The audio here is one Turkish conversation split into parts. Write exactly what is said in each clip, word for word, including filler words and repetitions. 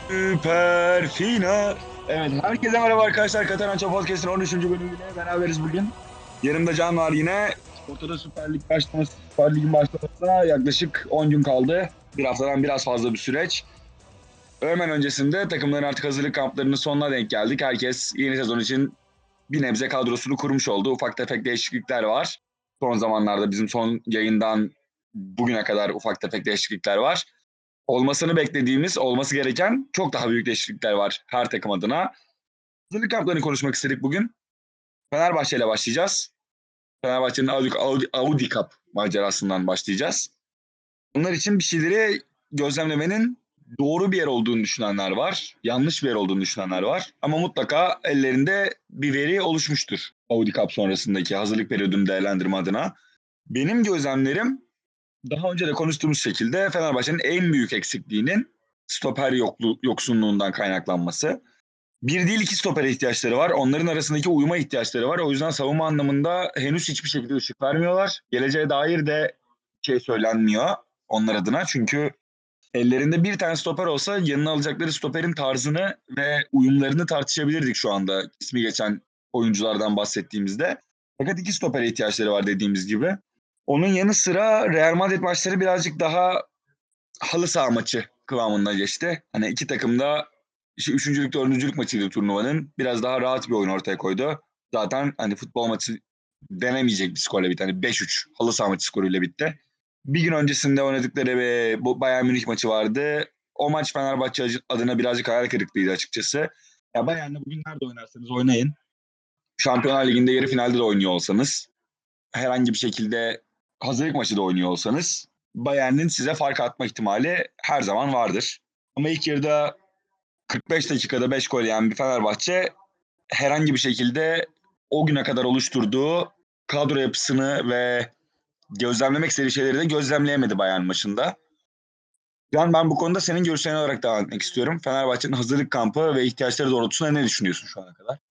Süper final. Evet, herkese merhaba arkadaşlar. Katalanca Podcast'ın on üçüncü bölümüyle beraberiz bugün. Yanımda Can var yine. Ortada Süper Lig başlaması, Süper Lig'in başlamasına yaklaşık on gün kaldı. Bir haftadan biraz fazla bir süreç. Hemen öncesinde takımların artık hazırlık kamplarının sonuna denk geldik. Herkes yeni sezon için bir nebze kadrosunu kurmuş oldu. Ufak tefek değişiklikler var. Son zamanlarda bizim son yayından bugüne kadar ufak tefek değişiklikler var. Olmasını beklediğimiz, olması gereken çok daha büyük değişiklikler var her takım adına. Hazırlık kamplarını konuşmak istedik bugün. Fenerbahçe ile başlayacağız. Fenerbahçe'nin Audi, Audi, Audi Cup macerasından başlayacağız. Bunlar için bir şeyleri gözlemlemenin doğru bir yer olduğunu düşünenler var. Yanlış bir yer olduğunu düşünenler var. Ama mutlaka ellerinde bir veri oluşmuştur. Audi Cup sonrasındaki hazırlık periyodunu değerlendirme adına. Benim gözlemlerim daha önce de konuştuğumuz şekilde Fenerbahçe'nin en büyük eksikliğinin stoper yoklu, yoksunluğundan kaynaklanması. Bir değil iki stopere ihtiyaçları var. Onların arasındaki uyuma ihtiyaçları var. O yüzden savunma anlamında henüz hiçbir şekilde ışık vermiyorlar. Geleceğe dair de şey söylenmiyor onlar adına. Çünkü ellerinde bir tane stoper olsa yanına alacakları stoperin tarzını ve uyumlarını tartışabilirdik şu anda ismi geçen oyunculardan bahsettiğimizde. Fakat iki stopere ihtiyaçları var dediğimiz gibi. Onun yanı sıra Real Madrid maçları birazcık daha halı saha maçı kıvamında geçti. Hani iki takım da işte üçüncülük, dördüncülük maçıydı turnuvanın. Biraz daha rahat bir oyun ortaya koydu. Zaten hani futbol maçı denemeyecek bir skorla bitti. Hani beş üç halı saha maçı skoruyla bitti. Bir gün öncesinde oynadıkları bir Bayern Münih maçı vardı. O maç Fenerbahçe adına birazcık hayal kırıklığıydı açıkçası. Ya Bayern'le bugün nerede oynarsanız oynayın. Şampiyonlar Ligi'nde yarı finalde de oynuyor olsanız, herhangi bir şekilde hazırlık maçı da oynuyor olsanız Bayern'in size fark atma ihtimali her zaman vardır. Ama ilk yarıda kırk beş dakikada beş gol yiyen bir Fenerbahçe herhangi bir şekilde o güne kadar oluşturduğu kadro yapısını ve gözlemlemek istediği şeyleri de gözlemleyemedi Bayern maçında. Can, ben bu konuda senin görüşlerini olarak devam etmek istiyorum. Fenerbahçe'nin hazırlık kampı ve ihtiyaçları doğrultusunda ne düşünüyorsun şu ana kadar?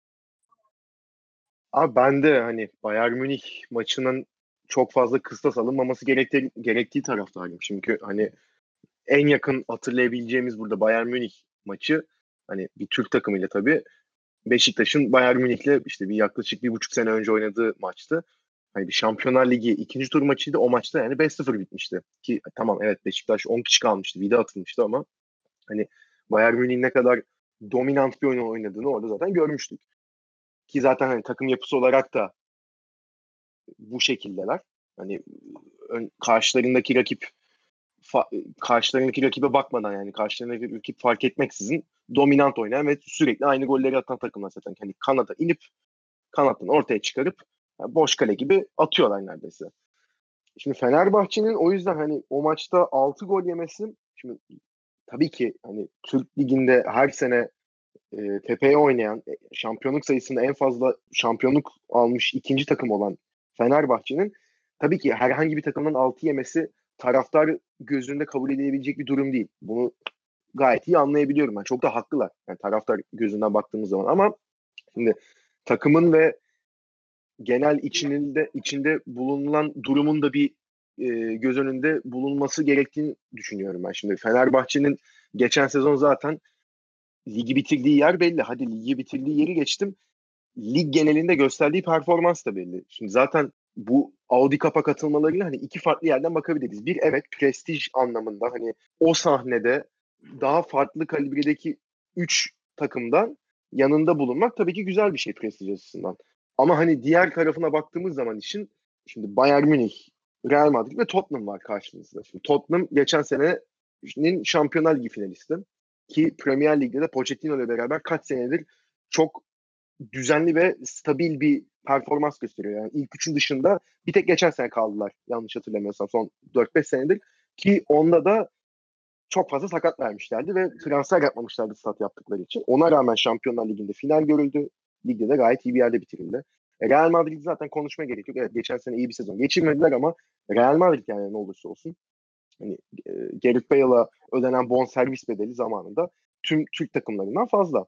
Abi ben de hani Bayern Münih maçının çok fazla kıstas alınmaması gerektiği, gerektiği taraftarıyım. Çünkü hani en yakın hatırlayabileceğimiz burada Bayern Münih maçı, hani bir Türk takımıyla tabii, Beşiktaş'ın Bayern Münih'le işte bir yaklaşık bir buçuk sene önce oynadığı maçtı. Hani bir Şampiyonlar Ligi ikinci tur maçıydı. O maçta yani beş sıfır bitmişti. Ki tamam, evet, Beşiktaş on kişi kalmıştı. Vida atılmıştı ama hani Bayern Münih'in ne kadar dominant bir oyun oynadığını orada zaten görmüştük. Ki zaten hani takım yapısı olarak da bu şekildeler. Hani ön, karşılarındaki rakip fa- karşılarındaki rakibe bakmadan, yani karşılarındaki rakip fark etmeksizin dominant oynayan ve sürekli aynı golleri atan takımlar zaten. Hani kanata inip kanattan ortaya çıkarıp yani boş kale gibi atıyorlar neredeyse. Şimdi Fenerbahçe'nin o yüzden hani o maçta altı gol yemesi, şimdi tabii ki hani Türk Ligi'nde her sene e, tepeye oynayan, e, şampiyonluk sayısında en fazla şampiyonluk almış ikinci takım olan Fenerbahçe'nin tabii ki herhangi bir takımdan altı yemesi taraftar gözünde kabul edilebilecek bir durum değil. Bunu gayet iyi anlayabiliyorum ben. Çok da haklılar. Yani taraftar gözünden baktığımız zaman, ama şimdi takımın ve genel içinde içinde bulunan durumun da bir e, göz önünde bulunması gerektiğini düşünüyorum ben. Şimdi Fenerbahçe'nin geçen sezon zaten ligi bitirdiği yer belli. Hadi ligi bitirdiği yeri geçtim. Lig genelinde gösterdiği performans da belli. Şimdi zaten bu Audi Cup'a katılmalarıyla hani iki farklı yerden bakabiliriz. Bir, evet, prestij anlamında hani o sahnede daha farklı kalibredeki üç takımdan yanında bulunmak tabii ki güzel bir şey prestij açısından. Ama hani diğer tarafına baktığımız zaman işin, şimdi Bayern Münih, Real Madrid ve Tottenham var karşımızda. Şimdi Tottenham geçen senenin Şampiyonlar Ligi finalisti, ki Premier Lig'de de Pochettino ile beraber kaç senedir çok düzenli ve stabil bir performans gösteriyor. Yani ilk üçün dışında bir tek geçen sene kaldılar, yanlış hatırlamıyorsam, son dört beş senedir, ki onda da çok fazla sakat vermişlerdi ve transfer yapmamışlardı stat yaptıkları için. Ona rağmen Şampiyonlar Ligi'nde final görüldü. Ligde de gayet iyi bir yerde bitirildi. E, Real Madrid zaten konuşmaya gerek yok. Evet, geçen sene iyi bir sezon geçirmediler ama Real Madrid, yani ne olursa olsun, hani e, Gareth Bale'a ödenen bonservis bedeli zamanında tüm Türk takımlarından fazla,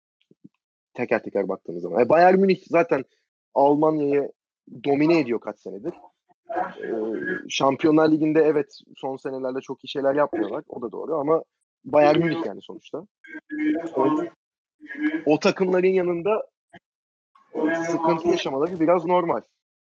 teker teker baktığımız zaman. E, Bayern Münih zaten Almanya'yı domine ediyor kaç senedir. E, Şampiyonlar Ligi'nde evet son senelerde çok iyi şeyler yapmıyorlar. O da doğru ama Bayern Münih yani sonuçta. O, o takımların yanında sıkıntı yaşamaları biraz normal.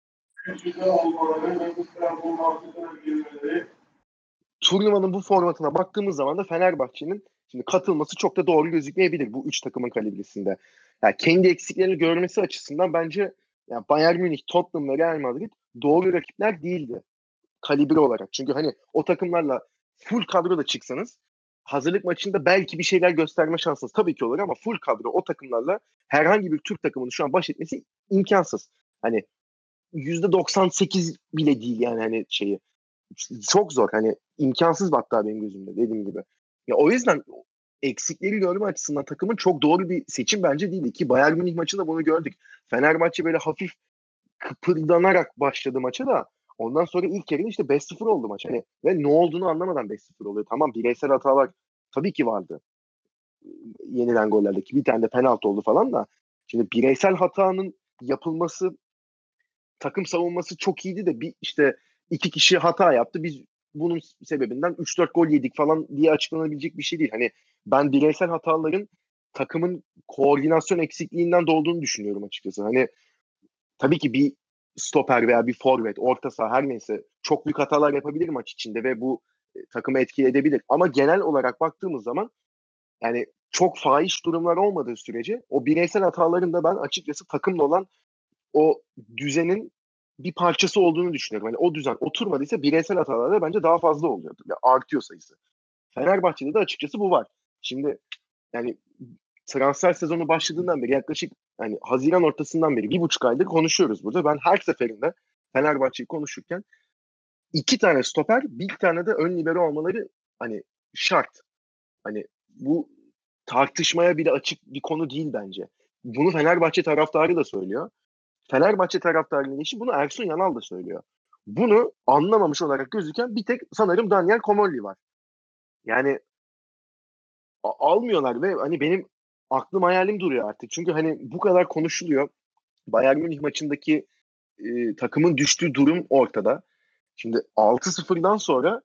Turnuvanın bu formatına baktığımız zaman da Fenerbahçe'nin şimdi katılması çok da doğru gözükmeyebilir bu üç takımın kalibresinde. Yani kendi eksiklerini görmesi açısından bence yani Bayern Münih, Tottenham ve Real Madrid doğru rakipler değildi kalibre olarak. Çünkü hani o takımlarla full kadro da çıksanız hazırlık maçında belki bir şeyler gösterme şansınız tabii ki olur ama full kadro o takımlarla herhangi bir Türk takımının şu an baş etmesi imkansız. Hani yüzde doksan sekiz bile değil yani hani şeyi. Çok zor. Hani imkansız hatta benim gözümde dediğim gibi. Ya o yüzden eksikleri görme açısından takımın çok doğru bir seçim bence değildi ki Bayern Münih maçında bunu gördük. Fenerbahçe böyle hafif kıpırdanarak başladı maça da ondan sonra ilk yarı işte beş sıfır oldu maç. Hani ve ne olduğunu anlamadan beş sıfır oluyor. Tamam bireysel hatalar tabii ki vardı. Yenilen gollerdeki bir tane de penaltı oldu falan da şimdi bireysel hatanın yapılması takım savunması çok iyiydi de bir işte iki kişi hata yaptı. Biz bunun sebebinden üç dört gol yedik falan diye açıklanabilecek bir şey değil. Hani ben bireysel hataların takımın koordinasyon eksikliğinden doğduğunu düşünüyorum açıkçası. Hani tabii ki bir stoper veya bir forvet, orta saha her neyse çok büyük hatalar yapabilir maç içinde ve bu e, takımı etki edebilir. Ama genel olarak baktığımız zaman yani çok fahiş durumlar olmadığı sürece o bireysel hataların da ben açıkçası takımla olan o düzenin bir parçası olduğunu düşünüyorum. Yani o düzen oturmadıysa bireysel hatalarda bence daha fazla oluyordu. Ya artıyor sayısı. Fenerbahçe'de de açıkçası bu var. Şimdi yani transfer sezonu başladığından beri yaklaşık hani Haziran ortasından beri bir buçuk aydır konuşuyoruz burada. Ben her seferinde Fenerbahçe'yi konuşurken iki tane stoper, bir tane de ön libero olmaları hani şart. Hani bu tartışmaya bile açık bir konu değil bence. Bunu Fenerbahçe taraftarı da söylüyor. Fenerbahçe taraftarının eşi bunu Ersun Yanal da söylüyor. Bunu anlamamış olarak gözüken bir tek sanırım Daniel Komolli var. Yani a- almıyorlar ve hani benim aklım hayalim duruyor artık. Çünkü hani bu kadar konuşuluyor. Bayern Münih maçındaki e, takımın düştüğü durum ortada. Şimdi altı sıfırdan sonra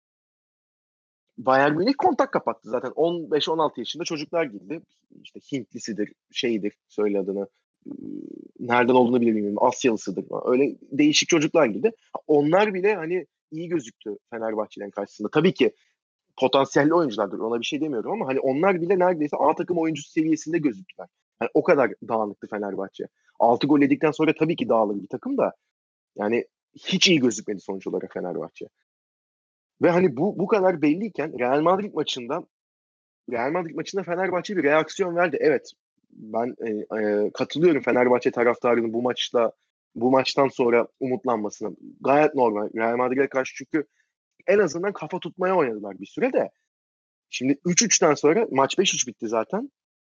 Bayern Münih kontak kapattı zaten. on beş on altı yaşında çocuklar girdi. İşte Hintlisidir, şeyidir, söyle adını. Ee, Nereden olduğunu bile bilmiyorum. Asyalısıdır. Öyle değişik çocuklar girdi. Onlar bile hani iyi gözüktü Fenerbahçe'nin karşısında. Tabii ki potansiyelli oyunculardır. Ona bir şey demiyorum ama hani onlar bile neredeyse A takım oyuncusu seviyesinde gözüktüler. Yani o kadar dağınıktı Fenerbahçe. altı gol yedikten sonra tabii ki dağılır bir takım da yani hiç iyi gözükmedi sonuç olarak Fenerbahçe. Ve hani bu bu kadar belliyken Real Madrid maçında Real Madrid maçında Fenerbahçe bir reaksiyon verdi. Evet, ben e, e, katılıyorum Fenerbahçe taraftarının bu maçta bu maçtan sonra umutlanmasına. Gayet normal. Real Madrid'e karşı çünkü en azından kafa tutmaya oynadılar bir süre de. Şimdi üç üçten sonra maç beş üç bitti zaten.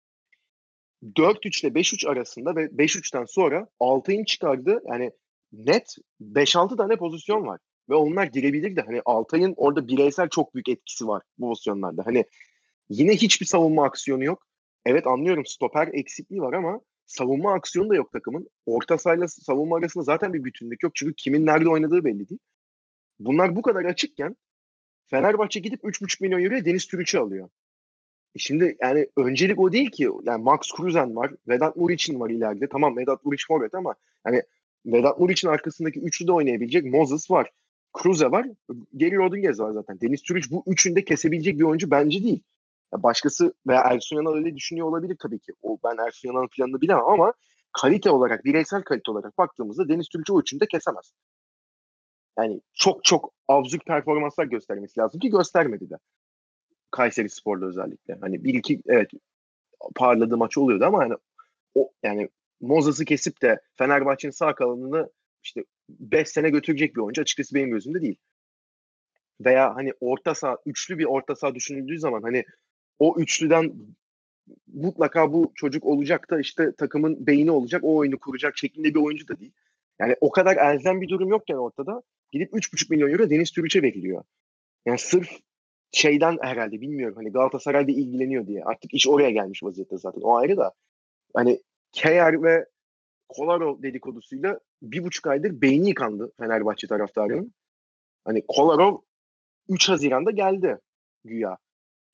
dört üç ile beş üç arasında ve beş üçten sonra Altay'ın çıkardığı yani net beş altı tane pozisyon var. Ve onlar girebilirdi. Hani Altay'ın orada bireysel çok büyük etkisi var bu pozisyonlarda. Hani yine hiçbir savunma aksiyonu yok. Evet anlıyorum stoper eksikliği var ama savunma aksiyonu da yok takımın. Orta sahayla savunma arasında zaten bir bütünlük yok. Çünkü kimin nerede oynadığı belli değil. Bunlar bu kadar açıkken Fenerbahçe gidip üç buçuk milyon euroya Deniz Türüç'ü alıyor. E şimdi yani öncelik o değil ki. Yani Max Kruzen var. Vedat Muriç'in var ileride. Tamam Vedat Muriç forvet ama yani Vedat Muriç'in arkasındaki üçlü de oynayabilecek Moses var. Kruse var. Geri Rodriguez var zaten. Deniz Türüç bu üçünü de kesebilecek bir oyuncu bence değil. Ya başkası veya Ersun Yanal öyle düşünüyor olabilir tabii ki. O, ben Ersun Yanal'ın planını bilemem ama kalite olarak, bireysel kalite olarak baktığımızda Deniz Türüç'ü o üçünü de kesemez. Yani çok çok absürt performanslar göstermesi lazım ki göstermedi de. Kayseri Spor'da özellikle. Hani bir iki evet parladığı maç oluyordu ama yani o yani Moses'ı kesip de Fenerbahçe'nin sağ kalanını işte beş sene götürecek bir oyuncu açıkçası benim gözümde değil. Veya hani orta saha, üçlü bir orta saha düşünüldüğü zaman hani o üçlüden mutlaka bu çocuk olacak da işte takımın beyni olacak, o oyunu kuracak şeklinde bir oyuncu da değil. Yani o kadar elzem bir durum yokken ortada gidip üç buçuk milyon euro Deniz Türüç'e veriliyor. Yani sırf şeyden herhalde bilmiyorum hani Galatasaray'da ilgileniyor diye. Artık iş oraya gelmiş vaziyette zaten. O ayrı da hani Kjaer ve Kolarov dedikodusuyla bir buçuk aydır beyni yıkandı Fenerbahçe taraftarının. Hani Kolarov üç Haziran'da geldi güya.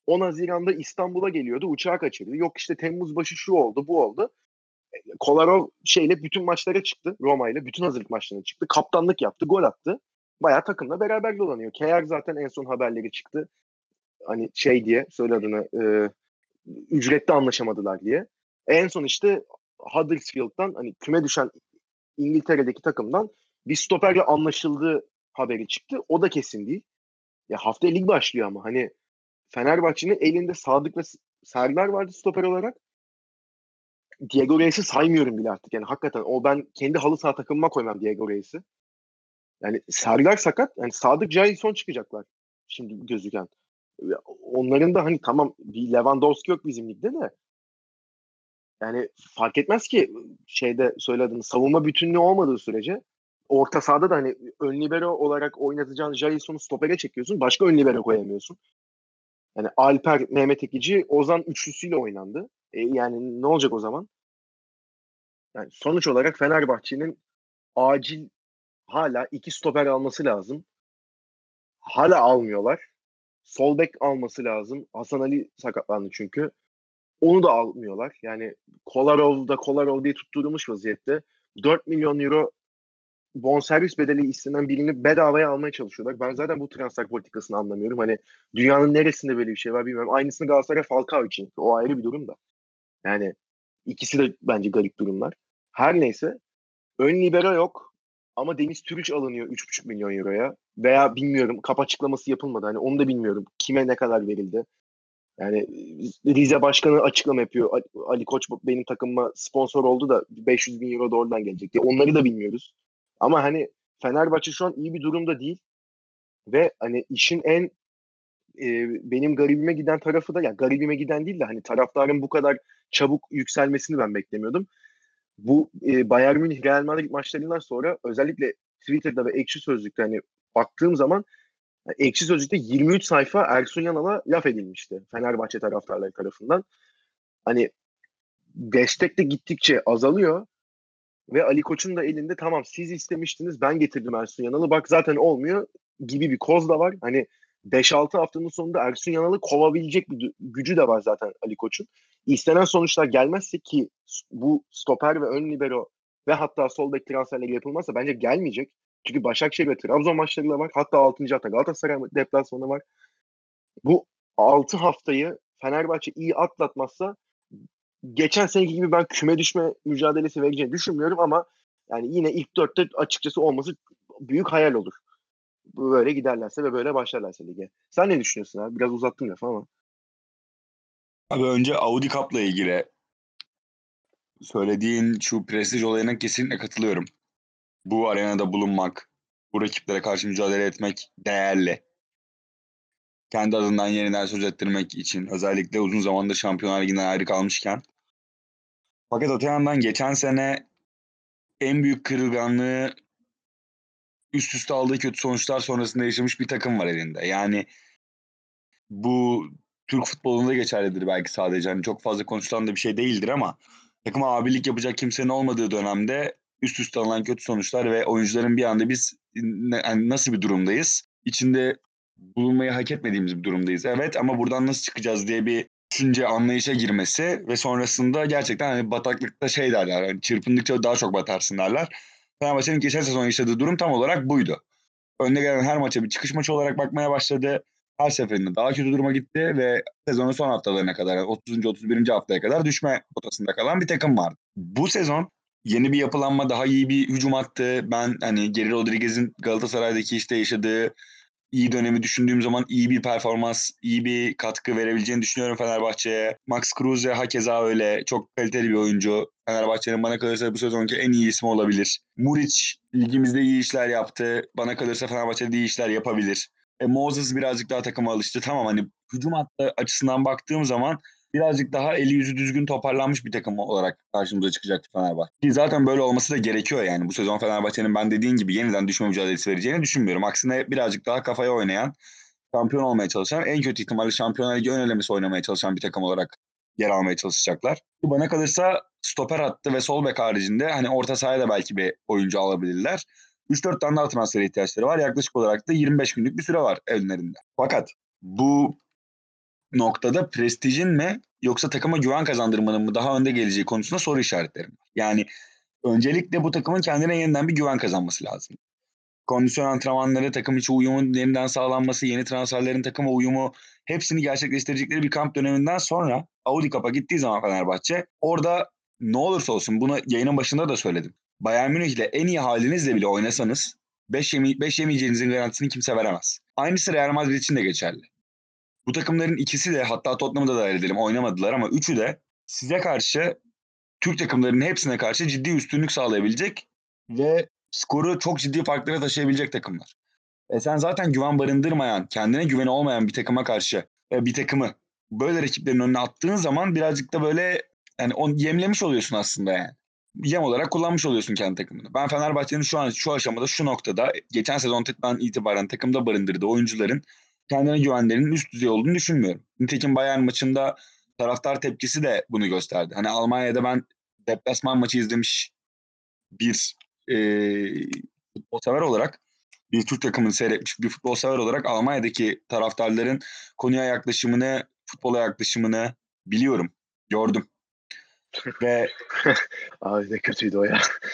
on Haziran'da İstanbul'a geliyordu. Uçağı kaçırdı. Yok işte Temmuz başı şu oldu, bu oldu. Kolarov şeyle bütün maçlara çıktı. Roma ile bütün hazırlık maçlarına çıktı. Kaptanlık yaptı, gol attı. Bayağı takımla beraber dolanıyor. Kjaer zaten en son haberleri çıktı. Hani şey diye söyle adını, e, ücrette anlaşamadılar diye. En son işte Huddersfield'dan, hani küme düşen İngiltere'deki takımdan bir stoperle anlaşıldığı haberi çıktı. O da kesin değil. Ya haftaya lig başlıyor ama hani Fenerbahçe'nin elinde Sadık ve Serdar vardı stoper olarak. Diego Reis'i saymıyorum bile artık. Yani hakikaten o, ben kendi halı saha takımıma koymam Diego Reis'i. Yani Serdar sakat. Yani Sadık Jailson çıkacaklar şimdi gözüken. Onların da hani tamam, bir Lewandowski yok bizim ligde de. Yani fark etmez ki şeyde söylediğim savunma bütünlüğü olmadığı sürece orta sahada da hani ön libero olarak oynatacağın Jailson'u stopere çekiyorsun. Başka ön libero koyamıyorsun. Yani Alper, Mehmet Ekici, Ozan üçlüsüyle oynandı. E yani ne olacak o zaman? Yani sonuç olarak Fenerbahçe'nin acil hala iki stoper alması lazım. Hala almıyorlar. Sol bek alması lazım. Hasan Ali sakatlandı çünkü. Onu da almıyorlar. Yani Kolarov da Kolarov diye tutturulmuş vaziyette. dört milyon euro bonservis bedeli istenen birini bedavaya almaya çalışıyorlar. Ben zaten bu transfer politikasını anlamıyorum. Hani dünyanın neresinde böyle bir şey var bilmiyorum. Aynısını Galatasaray Falcao için. O ayrı bir durum da. Yani ikisi de bence garip durumlar. Her neyse. Ön libero yok. Ama Deniz Türüç alınıyor üç buçuk milyon euroya. Veya bilmiyorum, kap açıklaması yapılmadı. Hani onu da bilmiyorum. Kime ne kadar verildi. Yani Rize Başkanı açıklama yapıyor. Ali Koç benim takımıma sponsor oldu da beş yüz bin euro da oradan gelecek diye. Onları da bilmiyoruz. Ama hani Fenerbahçe şu an iyi bir durumda değil. Ve hani işin en e, benim garibime giden tarafı da, ya garibime giden değil de hani taraftarın bu kadar çabuk yükselmesini ben beklemiyordum. Bu e, Bayern Münih Real Madrid maçlarından sonra özellikle Twitter'da ve Ekşi Sözlük'te hani baktığım zaman Ekşi Sözlük'te yirmi üç sayfa Ersun Yanal'a laf edilmişti Fenerbahçe taraftarları tarafından. Hani destek de gittikçe azalıyor ve Ali Koç'un da elinde tamam siz istemiştiniz ben getirdim Ersun Yanal'ı bak zaten olmuyor gibi bir koz da var. Hani beş altı haftanın sonunda Ersun Yanal'ı kovabilecek bir gücü de var zaten Ali Koç'un. İstenen sonuçlar gelmezse, ki bu stoper ve ön libero ve hatta sol bek transferleri yapılmazsa bence gelmeyecek. Çünkü Başakşehir ve Trabzon maçları da var. Hatta altıncı hafta Galatasaray deplasmanı var. Bu altı haftayı Fenerbahçe iyi atlatmazsa geçen seneki gibi ben küme düşme mücadelesi vereceğini düşünmüyorum ama yani yine ilk dörtte açıkçası olması büyük hayal olur. Böyle giderlerse ve böyle başlarlarsa lige. Sen ne düşünüyorsun abi? Biraz uzattım lafı ama. Abi önce Audi Cup'la ilgili söylediğin şu prestij olayına kesinlikle katılıyorum. Bu arenada bulunmak, bu rakiplere karşı mücadele etmek değerli. Kendi adından yeniden söz ettirmek için özellikle uzun zamandır Şampiyonlar Ligi'nden ayrı kalmışken. Fakat öte yandan geçen sene en büyük kırılganlığı üst üste aldığı kötü sonuçlar sonrasında yaşamış bir takım var elinde. Yani bu Türk futbolunda geçerlidir belki sadece. Hani çok fazla konuşulan da bir şey değildir ama takıma abilik yapacak kimsenin olmadığı dönemde üst üste alınan kötü sonuçlar ve oyuncuların bir anda biz ne, hani nasıl bir durumdayız? İçinde bulunmayı hak etmediğimiz bir durumdayız. Evet ama buradan nasıl çıkacağız diye bir düşünce anlayışa girmesi ve sonrasında gerçekten hani bataklıkta şey derler. Hani çırpındıkça daha çok batarsın derler. Fenerbahçe'nin geçen sezon yaşadığı durum tam olarak buydu. Önde gelen her maça bir çıkış maçı olarak bakmaya başladı. Her seferinde daha kötü duruma gitti ve sezonun son haftalarına kadar, yani otuzuncu otuz birinci haftaya kadar düşme potasında kalan bir takım vardı. Bu sezon yeni bir yapılanma, daha iyi bir hücum attı. Ben hani Geri Rodriguez'in Galatasaray'daki işte yaşadığı iyi dönemi düşündüğüm zaman iyi bir performans, iyi bir katkı verebileceğini düşünüyorum Fenerbahçe'ye. Max Kruse hakeza öyle. Çok kaliteli bir oyuncu. Fenerbahçe'nin bana kalırsa bu sezonki en iyi ismi olabilir. Muriç ligimizde iyi işler yaptı. Bana kalırsa Fenerbahçe'de iyi işler yapabilir. E, Moses birazcık daha takıma alıştı. Tamam hani hücum hattı açısından baktığım zaman birazcık daha eli yüzü düzgün toparlanmış bir takım olarak karşımıza çıkacaktı Fenerbahçe. Ki zaten böyle olması da gerekiyor yani. Bu sezon Fenerbahçe'nin ben dediğin gibi yeniden düşme mücadelesi vereceğini düşünmüyorum. Aksine birazcık daha kafaya oynayan, şampiyon olmaya çalışan, en kötü ihtimalle Şampiyonlar Ligi ön elemesi oynamaya çalışan bir takım olarak yer almaya çalışacaklar. Bana kalırsa stoper hattı ve sol bek haricinde hani orta sahaya da belki bir oyuncu alabilirler. üç dört tane daha transfer ihtiyaçları var. Yaklaşık olarak da yirmi beş günlük bir süre var ellerinde. Fakat bu noktada prestijin mi yoksa takıma güven kazandırmanın mı daha önde geleceği konusunda soru işaretlerim var. Yani öncelikle bu takımın kendine yeniden bir güven kazanması lazım. Kondisyon antrenmanları, takım içi uyumun yeniden sağlanması, yeni transferlerin takıma uyumu, hepsini gerçekleştirecekleri bir kamp döneminden sonra Audi Cup'a gittiği zaman Fenerbahçe orada ne olursa olsun, bunu yayının başında da söyledim. Bayern Münih ile en iyi halinizle bile oynasanız beş yeme beş yemeyeceğinizin garantisini kimse veremez. Aynısı Real Madrid için de geçerli. Bu takımların ikisi de, hatta Tottenham'ı da dahil edelim, oynamadılar ama üçü de size karşı, Türk takımlarının hepsine karşı ciddi üstünlük sağlayabilecek ve skoru çok ciddi farklara taşıyabilecek takımlar. E sen zaten güven barındırmayan, kendine güveni olmayan bir takıma karşı e, bir takımı böyle rakiplerin önüne attığın zaman birazcık da böyle, yani onu yemlemiş oluyorsun aslında yani. Yem olarak kullanmış oluyorsun kendi takımını. Ben Fenerbahçe'nin şu an şu aşamada, şu noktada, geçen sezondan itibaren takımda barındırdığı oyuncuların kendine güvenlerinin üst düzey olduğunu düşünmüyorum. Nitekim Bayern maçında taraftar tepkisi de bunu gösterdi. Hani Almanya'da ben deplasman maçı izlemiş bir e, futbol sever olarak, bir Türk takımını seyretmiş bir futbol sever olarak Almanya'daki taraftarların konuya yaklaşımını, futbola yaklaşımını biliyorum, gördüm. Ve Abi ne kötüydü o ya.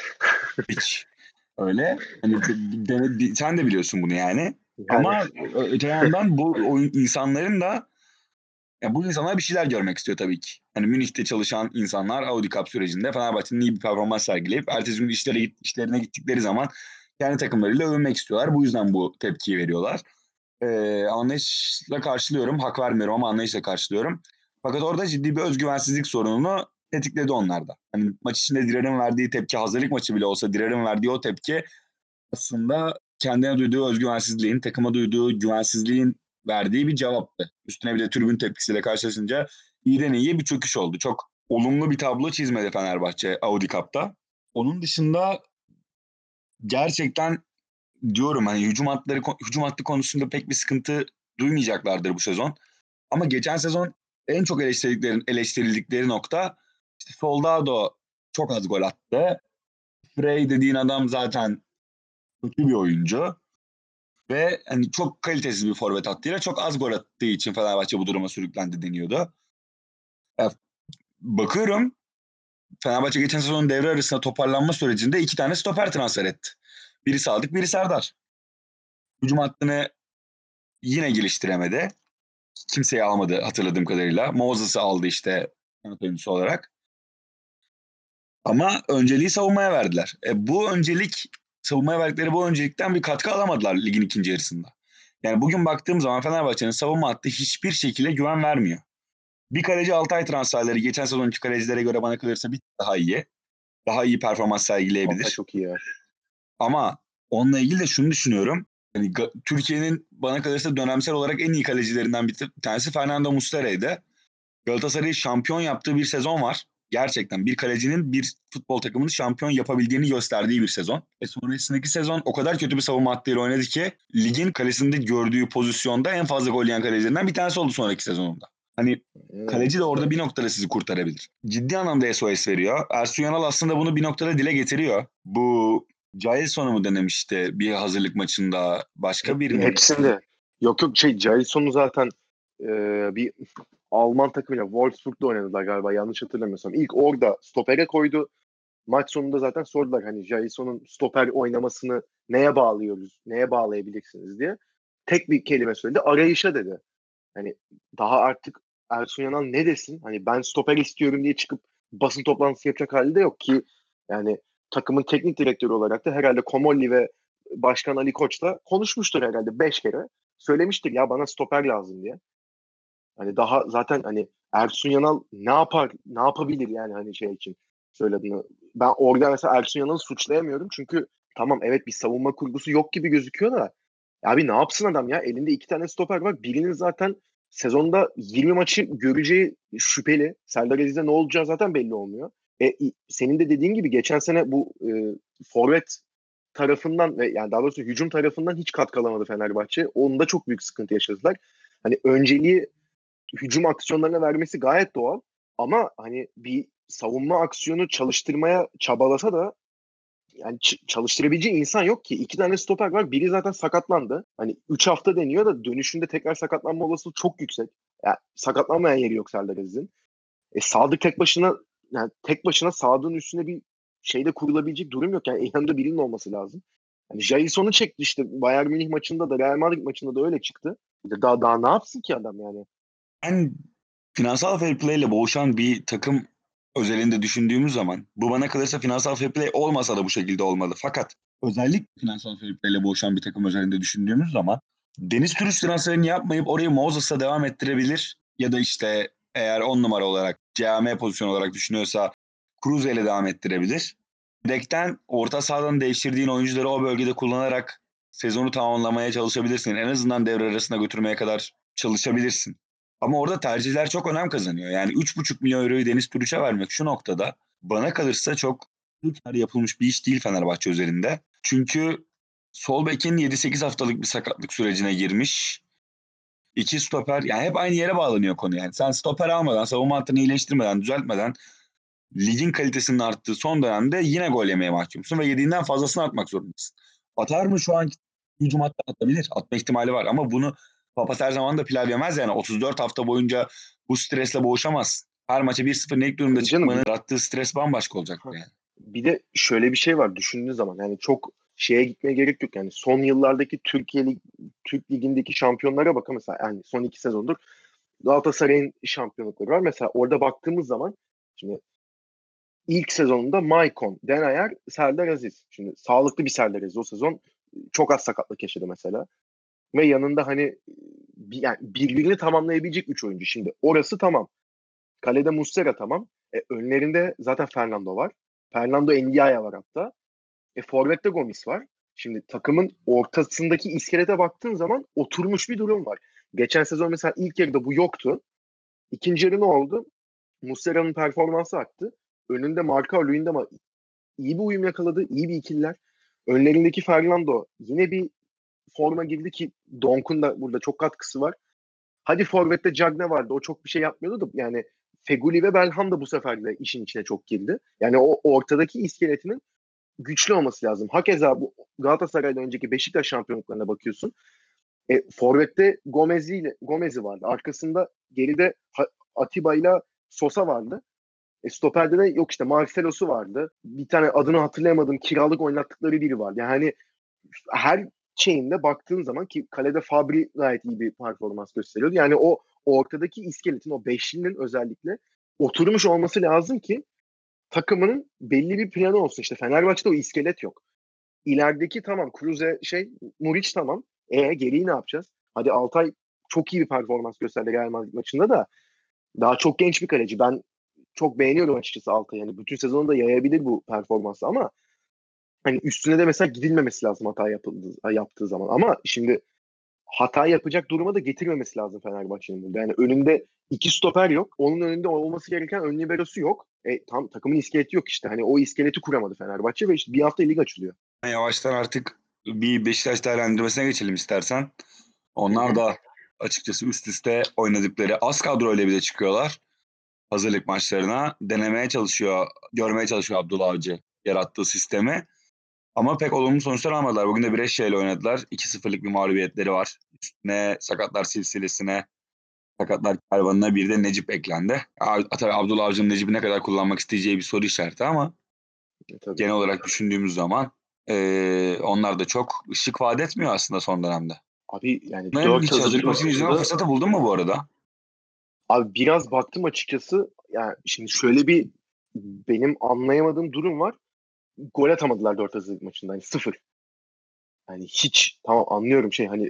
hiç öyle. Hani de, de, sen de biliyorsun bunu yani. Yani Ama öte yandan bu oyun, insanların da, ya bu insanlar bir şeyler görmek istiyor tabii ki. Hani Münih'te çalışan insanlar Audi Cup sürecinde Fenerbahçe'nin iyi bir performans sergileyip ertesi gün işlere, işlerine gittikleri zaman kendi takımlarıyla övünmek istiyorlar. Bu yüzden bu tepkiyi veriyorlar. Ee, anlayışla karşılıyorum. Hak vermiyorum ama anlayışla karşılıyorum. Fakat orada ciddi bir özgüvensizlik sorununu tetikledi onlarda. Hani maç içinde Dirar'ın verdiği tepki, hazırlık maçı bile olsa Dirar'ın verdiği o tepki aslında kendine duyduğu özgüvensizliğin, takıma duyduğu güvensizliğin verdiği bir cevaptı. Üstüne bir de tribün tepkisiyle karşılaşınca iyiden iyiye bir çöküş oldu. Çok olumlu bir tablo çizmedi Fenerbahçe Audi Cup'ta. Onun dışında gerçekten diyorum, hani hücum hatları, hücum hattı konusunda pek bir sıkıntı duymayacaklardır bu sezon. Ama geçen sezon en çok eleştirildikleri, eleştirildikleri nokta, işte Soldado çok az gol attı. Frey dediğin adam zaten kötü bir oyuncu. Ve hani çok kalitesiz bir forvet hattıyla çok az gol attığı için Fenerbahçe bu duruma sürüklendi deniyordu. Ya, bakıyorum Fenerbahçe geçen sezonun devre arasında toparlanma sürecinde iki tane stoper transfer etti. Biri Sadık, biri Serdar. Hücum hattını yine geliştiremedi. Kimseyi almadı hatırladığım kadarıyla. Moses'ı aldı işte kanat oyuncusu olarak. Ama önceliği savunmaya verdiler. E, bu öncelik, savunmaya verdikleri bu öncelikten bir katkı alamadılar ligin ikinci yarısında. Yani bugün baktığım zaman Fenerbahçe'nin savunma hattı hiçbir şekilde güven vermiyor. Bir kaleci Altay transferleri geçen sezonki kalecilere göre bana kalırsa bir daha iyi. Daha iyi performans Altay sergileyebilir. çok iyi ya. Ama onunla ilgili de şunu düşünüyorum. Yani Türkiye'nin bana kalırsa dönemsel olarak en iyi kalecilerinden bir tanesi Fernando Muslera'ydı. Galatasaray'ı şampiyon yaptığı bir sezon var. Gerçekten bir kalecinin bir futbol takımını şampiyon yapabildiğini gösterdiği bir sezon. E sonrasındaki sezon o kadar kötü bir savunma hattıyla oynadı ki ligin kalesinde gördüğü pozisyonda en fazla gol yiyen kalecilerinden bir tanesi oldu sonraki sezonunda. Hani Yani, kaleci de orada bir noktada sizi kurtarabilir. Ciddi anlamda S O S veriyor. Ersun Yanal aslında bunu bir noktada dile getiriyor. Bu Jailson'u mu denemişti bir hazırlık maçında, başka hep, birini? hepsinde. Yok yok şey Jason'u zaten e, bir Alman takımıyla Wolfsburg'da oynadılar galiba yanlış hatırlamıyorsam. İlk orada stopere koydu. Maç sonunda zaten sordular hani Jason'un stoper oynamasını neye bağlıyoruz? Neye bağlayabilirsiniz diye. Tek bir kelime söyledi. Arayışa dedi. Hani daha artık Ersun Yanal ne desin? Hani ben stoper istiyorum diye çıkıp basın toplantısı yapacak hali de yok ki. Yani takımın teknik direktörü olarak da herhalde Komolli ve Başkan Ali Koç'la konuşmuştur herhalde beş kere. Söylemiştir ya bana stoper lazım diye. Hani daha zaten hani Ersun Yanal ne yapar, ne yapabilir yani hani şey için söylediğini. Ben orada mesela Ersun Yanal'ı suçlayamıyorum çünkü tamam evet bir savunma kurgusu yok gibi gözüküyor da abi ne yapsın adam ya? Elinde iki tane stoper var. Birinin zaten sezonda yirmi maçı göreceği şüpheli. Serdar Aziz'de ne olacağı zaten belli olmuyor. E, senin de dediğin gibi geçen sene bu e, forvet tarafından ve yani daha doğrusu hücum tarafından hiç katkı alamadı Fenerbahçe. Onda çok büyük sıkıntı yaşadılar. Hani önceliği hücum aksiyonlarına vermesi gayet doğal. Ama hani bir savunma aksiyonu çalıştırmaya çabalasa da yani ç- çalıştırabileceği insan yok ki. İki tane stoper var. Biri zaten sakatlandı. Hani üç hafta deniyor da dönüşünde tekrar sakatlanma olasılığı çok yüksek. Yani sakatlanmayan yeri yok Serdar Aziz'in. E, Sadık tek başına yani tek başına Sadık'ın üstüne bir şeyde kurulabilecek durum yok. Yani yanında birinin olması lazım. Yani Jailson'u çekti işte. Bayern Münih maçında da Real Madrid maçında da öyle çıktı. Daha daha ne yapsın ki adam yani? Ben finansal fair play ile boğuşan bir takım özelinde düşündüğümüz zaman bu bana kalırsa finansal fair play olmasa da bu şekilde olmalı. Fakat özellikle finansal fair play ile boğuşan bir takım özelinde düşündüğümüz zaman Deniz Türüç transferini yapmayıp orayı Moses'a devam ettirebilir. Ya da işte eğer on numara olarak C A M pozisyonu olarak düşünüyorsa Kruse ile devam ettirebilir. Yedekten orta sahadan değiştirdiğin oyuncuları o bölgede kullanarak sezonu tamamlamaya çalışabilirsin. En azından devre arasına götürmeye kadar çalışabilirsin. Ama orada tercihler çok önem kazanıyor. Yani üç buçuk milyon euroyu Deniz Türüç'e vermek şu noktada bana kalırsa çok kar yapılmış bir iş değil Fenerbahçe üzerinde. Çünkü sol bekin yedi sekiz haftalık bir sakatlık sürecine girmiş. İki stoper yani hep aynı yere bağlanıyor konu yani. Sen stoper almadan, savunma hattını iyileştirmeden, düzeltmeden ligin kalitesinin arttığı son dönemde yine gol yemeye mahkumsun ve yediğinden fazlasını atmak zorundasın. Atar mı şu anki hücum hattı atabilir. Atma ihtimali var ama bunu Papaz her zaman da pilav yemez yani. otuz dört hafta boyunca bu stresle boğuşamaz. Her maça bir sıfır ilk durumda Tabii canım. çıkmanın Bir, yarattığı stres bambaşka olacak ha, yani. bir de şöyle bir şey var düşündüğün zaman. Yani çok şeye gitmeye gerek yok. Yani son yıllardaki Türkiye Lig, Türk Ligi'ndeki şampiyonlara bakın mesela. Yani son iki sezondur Galatasaray'ın şampiyonlukları var. Mesela orada baktığımız zaman şimdi ilk sezonunda Maicon, Denayer, Serdar Aziz. Şimdi sağlıklı bir Serdar Aziz o sezon çok az sakatlık yaşadı mesela. Ve yanında hani bir, yani birbirini tamamlayabilecek üç oyuncu. Şimdi orası tamam. Kalede Muslera tamam. E, önlerinde zaten Fernando var. Fernando Ndiaye var hatta. E, Forvet'te Gomis var. Şimdi takımın ortasındaki iskelete baktığın zaman oturmuş bir durum var. Geçen sezon mesela ilk yarıda bu yoktu. İkinci yarı ne oldu? Muslera'nın performansı arttı. Önünde Marka Luyendama iyi bir uyum yakaladı. İyi bir ikililer. Önlerindeki Fernando yine bir forma girdi ki Donk'un da burada çok katkısı var. Hadi Forvet'te Cagne vardı. O çok bir şey yapmıyordu da yani Feguli ve Belham da bu sefer de işin içine çok girdi. Yani o ortadaki iskeletinin güçlü olması lazım. Hakeza bu Galatasaray'dan önceki Beşiktaş şampiyonluklarına bakıyorsun. E, Forvet'te Gomez'i Gomez'i vardı. Arkasında geride Atiba ile Sosa vardı. E, Stoper'de de yok işte Marcelo'su vardı. Bir tane adını hatırlayamadığım kiralık oynattıkları biri vardı. Yani hani her şeyinde baktığın zaman ki kalede Fabri gayet iyi bir performans gösteriyordu. Yani o, o ortadaki iskeletin, o beşlinin özellikle oturmuş olması lazım ki takımının belli bir planı olsun. İşte Fenerbahçe'de o iskelet yok. İlerideki tamam Kruse şey Muriç tamam. E geriyi ne yapacağız? Hadi Altay çok iyi bir performans gösterdi Real Madrid maçında da daha çok genç bir kaleci. Ben çok beğeniyorum açıkçası Altay'ı. Yani bütün sezonu da yayabilir bu performansı ama hani üstüne de mesela gidilmemesi lazım hata yapıldığı, yaptığı zaman. Ama şimdi hata yapacak duruma da getirmemesi lazım Fenerbahçe'nin burada. Yani önünde iki stoper yok. Onun önünde olması gereken ön liberosu yok. E, tam takımın iskeleti yok işte. Hani o iskeleti kuramadı Fenerbahçe ve işte bir hafta lig açılıyor. Yavaştan artık bir Beşiktaş değerlendirmesine geçelim istersen. Hı Onlar hı. da açıkçası üst üste oynadıkları az kadroyla bile çıkıyorlar. Hazırlık maçlarına denemeye çalışıyor, görmeye çalışıyor Abdullah Avcı yarattığı sistemi. Ama pek olumlu sonuçlar almadılar. Bugün de Brescia ile oynadılar. iki sıfırlık bir mağlubiyetleri var. Üstüne sakatlar silsilesine, sakatlar kervanına bir de Necip eklendi. Tabii Abdullah Avcı'nın Necip'i ne kadar kullanmak isteyeceği bir soru işareti ama E, tabii. genel olarak düşündüğümüz zaman eee, onlar da çok ışık vaat etmiyor aslında son dönemde. Abi yani Ben dört hiç hazırlık hazırlık maçını izleme maçında fırsatı buldun mu bu arada? abi biraz baktım açıkçası. Yani şimdi şöyle bir benim anlayamadığım durum var. Gol atamadılar dört hazırlık maçında. Hani sıfır. Yani hiç tamam anlıyorum şey hani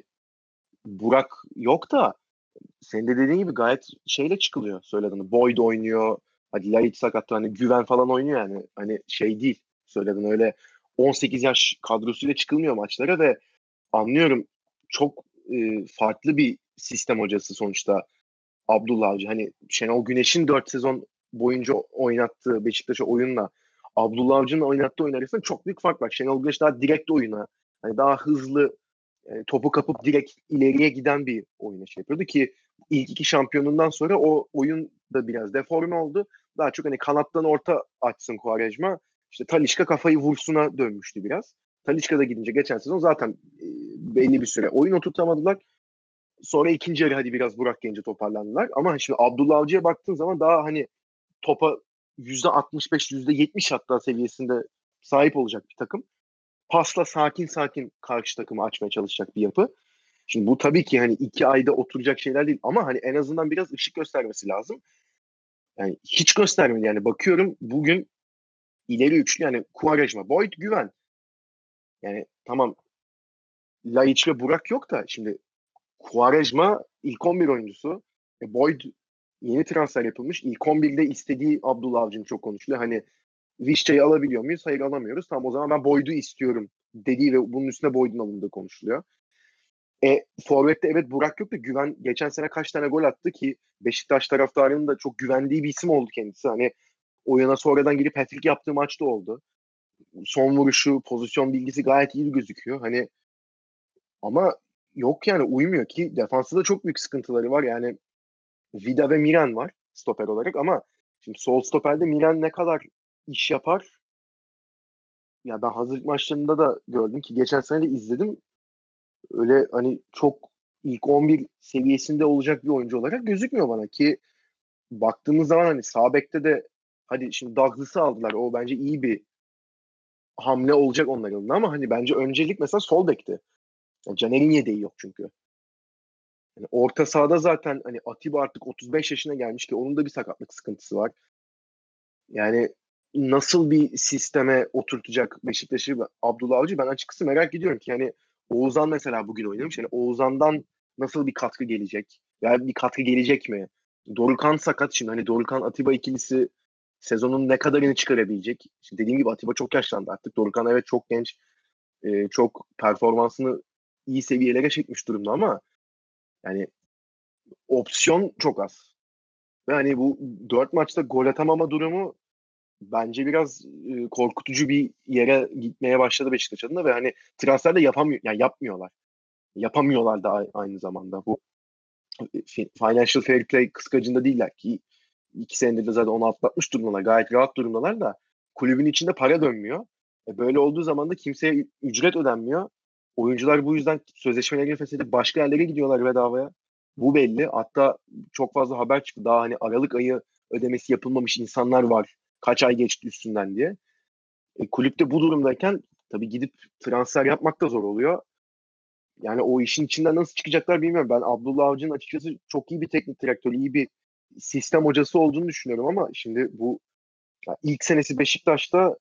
Burak yok da senin de dediğin gibi gayet şeyle çıkılıyor söylediğini. Boyd oynuyor. Hadi Laiç sakattı. Hani Güven falan oynuyor yani. Hani şey değil. Söylediğin öyle on sekiz yaş kadrosuyla çıkılmıyor maçlara ve anlıyorum çok e, farklı bir sistem hocası sonuçta Abdullah Avcı. Hani Şenol Güneş'in dört sezon boyunca oynattığı Beşiktaş'a oyunla Abdullah Avcı'nın oynattığı oyun arasında çok büyük fark var. Şenol Güneş daha direkt oyuna, hani daha hızlı e, topu kapıp direkt ileriye giden bir oyuna şey yapıyordu ki ilk iki şampiyonundan sonra o oyun da biraz deforme oldu. Daha çok hani kanattan orta açsın Quaresma. İşte Talisca kafayı vursuna dönmüştü biraz. Talisca da gidince geçen sezon zaten e, belli bir süre oyun oturtamadılar. Sonra ikinci yarı hadi biraz Burak gelince toparlandılar. Ama şimdi Abdullah Avcı'ya baktığın zaman daha hani topa yüzde altmış beş, yüzde yetmiş hatta seviyesinde sahip olacak bir takım. Pasla sakin sakin karşı takımı açmaya çalışacak bir yapı. Şimdi bu tabii ki hani iki ayda oturacak şeyler değil ama hani en azından biraz ışık göstermesi lazım. Yani hiç göstermedi yani bakıyorum bugün ileri üçlü yani Quaresma, Boyd, Güven. Yani tamam Laiç ve Burak yok da şimdi Quaresma ilk on bir oyuncusu. E, Boyd yeni transfer yapılmış. İlk on birde istediği Abdullah Avcı'nın çok konuşuluyor. Hani Vişça'yı alabiliyor muyuz? Hayır alamıyoruz. Tamam o zaman ben Boyd'u istiyorum dediği ve bunun üstüne Boyd'un alındığı konuşuluyor. E, Forvet'te evet Burak yok da Güven geçen sene kaç tane gol attı ki Beşiktaş taraftarının da çok güvendiği bir isim oldu kendisi. Hani oyuna sonradan girip hat-trick yaptığı maçta oldu. Son vuruşu, pozisyon bilgisi gayet iyi gözüküyor. Hani ama yok yani uymuyor ki defansta da çok büyük sıkıntıları var. Yani Vida ve Miran var stoper olarak ama şimdi sol stoperde Miran ne kadar iş yapar? Ya ben hazırlık maçlarında da gördüm ki geçen sene de izledim. Öyle hani çok ilk on bir seviyesinde olacak bir oyuncu olarak gözükmüyor bana ki baktığımız zaman hani sağ bekte de hadi şimdi Douglas'ı aldılar. O bence iyi bir hamle olacak onların ama hani bence öncelik mesela sol bekti. Yani Caner'in yedeği yok çünkü. Yani orta sahada zaten hani Atiba artık otuz beş yaşına gelmiş ki onun da bir sakatlık sıkıntısı var. Yani nasıl bir sisteme oturtacak Beşiktaş'ı Abdullah Avcı ben açıkçası merak ediyorum ki yani Oğuzhan mesela bugün oynamış. Yani Oğuzhan'dan nasıl bir katkı gelecek? Yani bir katkı gelecek mi? Dorukhan sakat şimdi. Hani Dorukhan Atiba ikilisi sezonun ne kadarını çıkarabilecek? İşte dediğim gibi Atiba çok yaşlandı artık. Dorukhan evet çok genç. E, çok performansını iyi seviyelere çekmiş durumda ama yani opsiyon çok az. Ve hani bu dört maçta gol atamama durumu bence biraz e, korkutucu bir yere gitmeye başladı Beşiktaş adına ve hani transfer de yapamıyor yani yapmıyorlar. Yapamıyorlar da a- aynı zamanda. Bu e, fi- financial fair play kıskacında değiller ki iki senedir de zaten onu atlatmış durumdalar. Gayet rahat durumdalar da kulübün içinde para dönmüyor. E, böyle olduğu zaman da kimseye ücret ödenmiyor. Oyuncular bu yüzden sözleşmelerini feshedip başka yerlere gidiyorlar bedavaya. Bu belli. Hatta çok fazla haber çıktı. Daha hani Aralık ayı ödemesi yapılmamış insanlar var. Kaç ay geçti üstünden diye. E, kulüpte bu durumdayken tabii gidip transfer yapmak da zor oluyor. Yani o işin içinden nasıl çıkacaklar bilmiyorum. Ben Abdullah Avcı'nın açıkçası çok iyi bir teknik direktör, iyi bir sistem hocası olduğunu düşünüyorum ama şimdi bu ya ilk senesi Beşiktaş'ta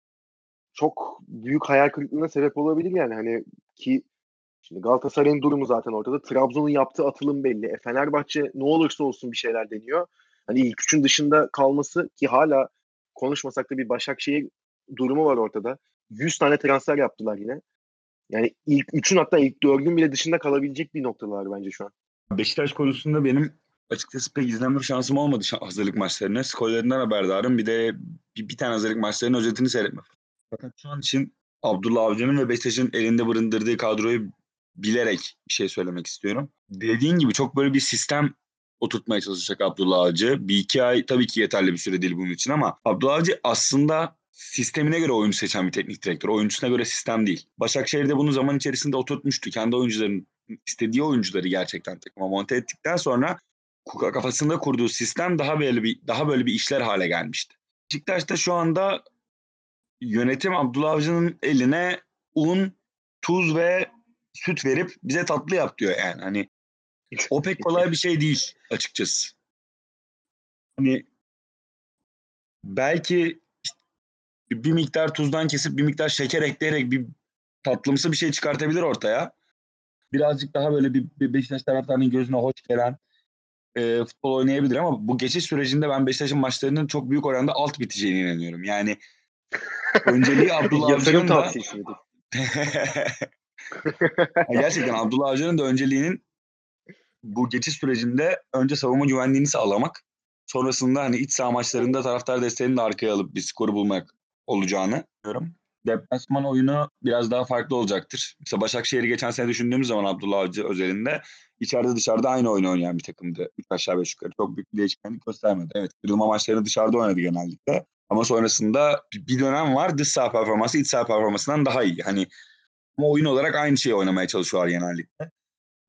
çok büyük hayal kırıklığına sebep olabilir yani hani ki şimdi Galatasaray'ın durumu zaten ortada. Trabzon'un yaptığı atılım belli. E, Fenerbahçe ne olursa olsun bir şeyler deniyor. Hani ilk üçün dışında kalması ki hala konuşmasak da bir Başakşehir durumu var ortada. yüz tane transfer yaptılar yine. Yani ilk üçün hatta ilk dördün bile dışında kalabilecek bir noktalar bence şu an. Beşiktaş konusunda benim açıkçası pek izleme şansım olmadı şa- hazırlık maçlarını. Skorlarından haberdarım. Bir de bir, bir tane hazırlık maçlarının özetini seyretmek. Fakat şu an için Abdullah Avcı'nın ve Beşiktaş'ın elinde barındırdığı kadroyu bilerek bir şey söylemek istiyorum. Dediğin gibi çok böyle bir sistem oturtmaya çalışacak Abdullah Avcı. Bir iki ay tabii ki yeterli bir süre değil bunun için ama Abdullah Avcı aslında sistemine göre oyuncu seçen bir teknik direktör. Oyuncusuna göre sistem değil. Başakşehir'de bunu zaman içerisinde oturtmuştu. Kendi oyuncuların istediği oyuncuları gerçekten takıma monte ettikten sonra kafasında kurduğu sistem daha böyle bir daha böyle bir işler hale gelmişti. Beşiktaş'ta şu anda yönetim Abdullah Avcı'nın eline un, tuz ve süt verip bize tatlı yap diyor yani. Hani o pek kolay bir şey değil açıkçası. Hani belki bir miktar tuzdan kesip bir miktar şeker ekleyerek bir tatlımsı bir şey çıkartabilir ortaya. Birazcık daha böyle bir, bir Beşiktaş taraftarının gözüne hoş gelen e, futbol oynayabilir ama bu geçiş sürecinde ben Beşiktaş'ın maçlarının çok büyük oranda alt biteceğine inanıyorum. Yani önceliği Abdullah Yatırım Avcı'nın da tavsiyesi midir? gerçekten Abdullah Avcı'nın da önceliğinin bu geçiş sürecinde önce savunma güvenliğini sağlamak, sonrasında hani iç saha maçlarında taraftar desteğini de arkaya alıp bir skoru bulmak olacağını diyorum. Deplasman oyunu biraz daha farklı olacaktır. Mesela Başakşehir'i geçen sene düşündüğümüz zaman Abdullah Avcı özelinde içeride dışarıda aynı oyunu oynayan bir takımdı. Üç aşağı beş yukarı. Çok büyük bir değişkenlik göstermedi. Evet, kırılma maçlarını dışarıda oynadı genellikle. Ama sonrasında bir dönem var dış saha performansı iç saha performansından daha iyi. Hani ama oyun olarak aynı şeyi oynamaya çalışıyorlar genellikle.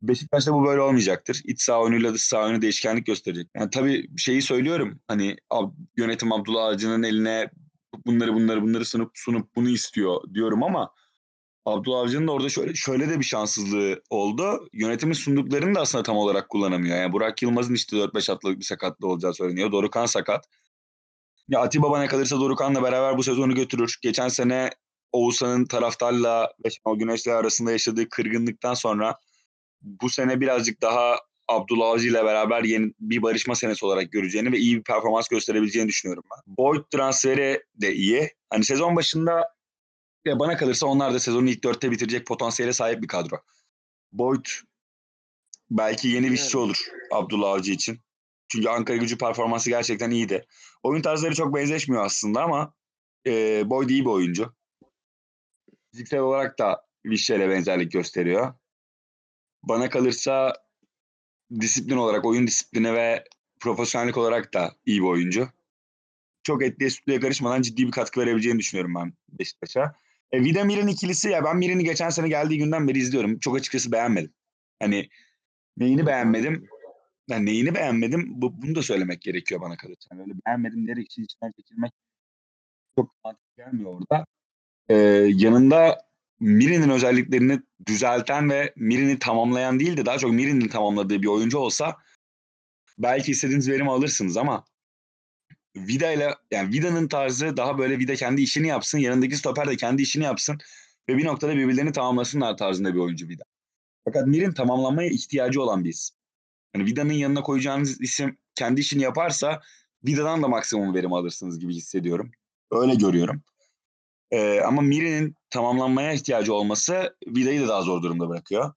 Beşiktaş'ta bu böyle olmayacaktır. İç saha oyunuyla dış saha oyunu değişkenlik gösterecek. Yani tabii şeyi söylüyorum. Hani ab- yönetim Abdullah Avcı'nın eline bunları bunları bunları sunup sunup bunu istiyor diyorum ama Abdullah Avcı'nın da orada şöyle şöyle de bir şanssızlığı oldu. Yönetimin sunduklarını da aslında tam olarak kullanamıyor. Yani Burak Yılmaz'ın işte dört beş haftalık bir sakatlığı olacağı söyleniyor. Dorukhan sakat. Ya Atiba bana kalırsa Dorukhan'la beraber bu sezonu götürür. Geçen sene Oğuzhan'ın taraftarla ve Şenol Güneş'le arasında yaşadığı kırgınlıktan sonra bu sene birazcık daha Abdullah Avcı ile beraber yeni bir barışma senesi olarak göreceğini ve iyi bir performans gösterebileceğini düşünüyorum ben. Boyd transferi de iyi. Hani sezon başında ya bana kalırsa onlar da sezonu ilk dörtte bitirecek potansiyele sahip bir kadro. Boyd belki yeni bir işçi Yani olur Abdullah Avcı için. Çünkü Ankara Gücü performansı gerçekten iyiydi. Oyun tarzları çok benzeşmiyor aslında ama e, Boyd iyi bir oyuncu. Fiziksel olarak da Vişça'yla benzerlik gösteriyor. Bana kalırsa disiplin olarak, oyun disiplini ve profesyonellik olarak da iyi bir oyuncu. Çok etliye sütlüye karışmadan ciddi bir katkı verebileceğini düşünüyorum ben Beşiktaş'a. E, Vida Mirin ikilisi ya ben Mirin'i geçen sene geldiği günden beri izliyorum. Çok açıkçası beğenmedim. Hani neyini beğenmedim? anladım. Yani neyini beğenmedim? Bu, bunu da söylemek gerekiyor bana kalırsa. Yani öyle beğenmedim diyerek işin içinden çekilmek çok mantıklı gelmiyor orada. E, yanında Mirin'in özelliklerini düzelten ve Mirin'i tamamlayan değil de daha çok Mirin'in tamamladığı bir oyuncu olsa belki istediğiniz verimi alırsınız ama Vida ile yani Vida'nın tarzı daha böyle Vida kendi işini yapsın, yanındaki stoper de kendi işini yapsın ve bir noktada birbirlerini tamamlasınlar tarzında bir oyuncu Vida. Fakat Mir'in tamamlanmaya ihtiyacı olan bir isim. Yani Vida'nın yanına koyacağınız isim kendi işini yaparsa Vida'dan da maksimum verim alırsınız gibi hissediyorum. Öyle görüyorum. Ee, ama Mir'in tamamlanmaya ihtiyacı olması Vida'yı da daha zor durumda bırakıyor.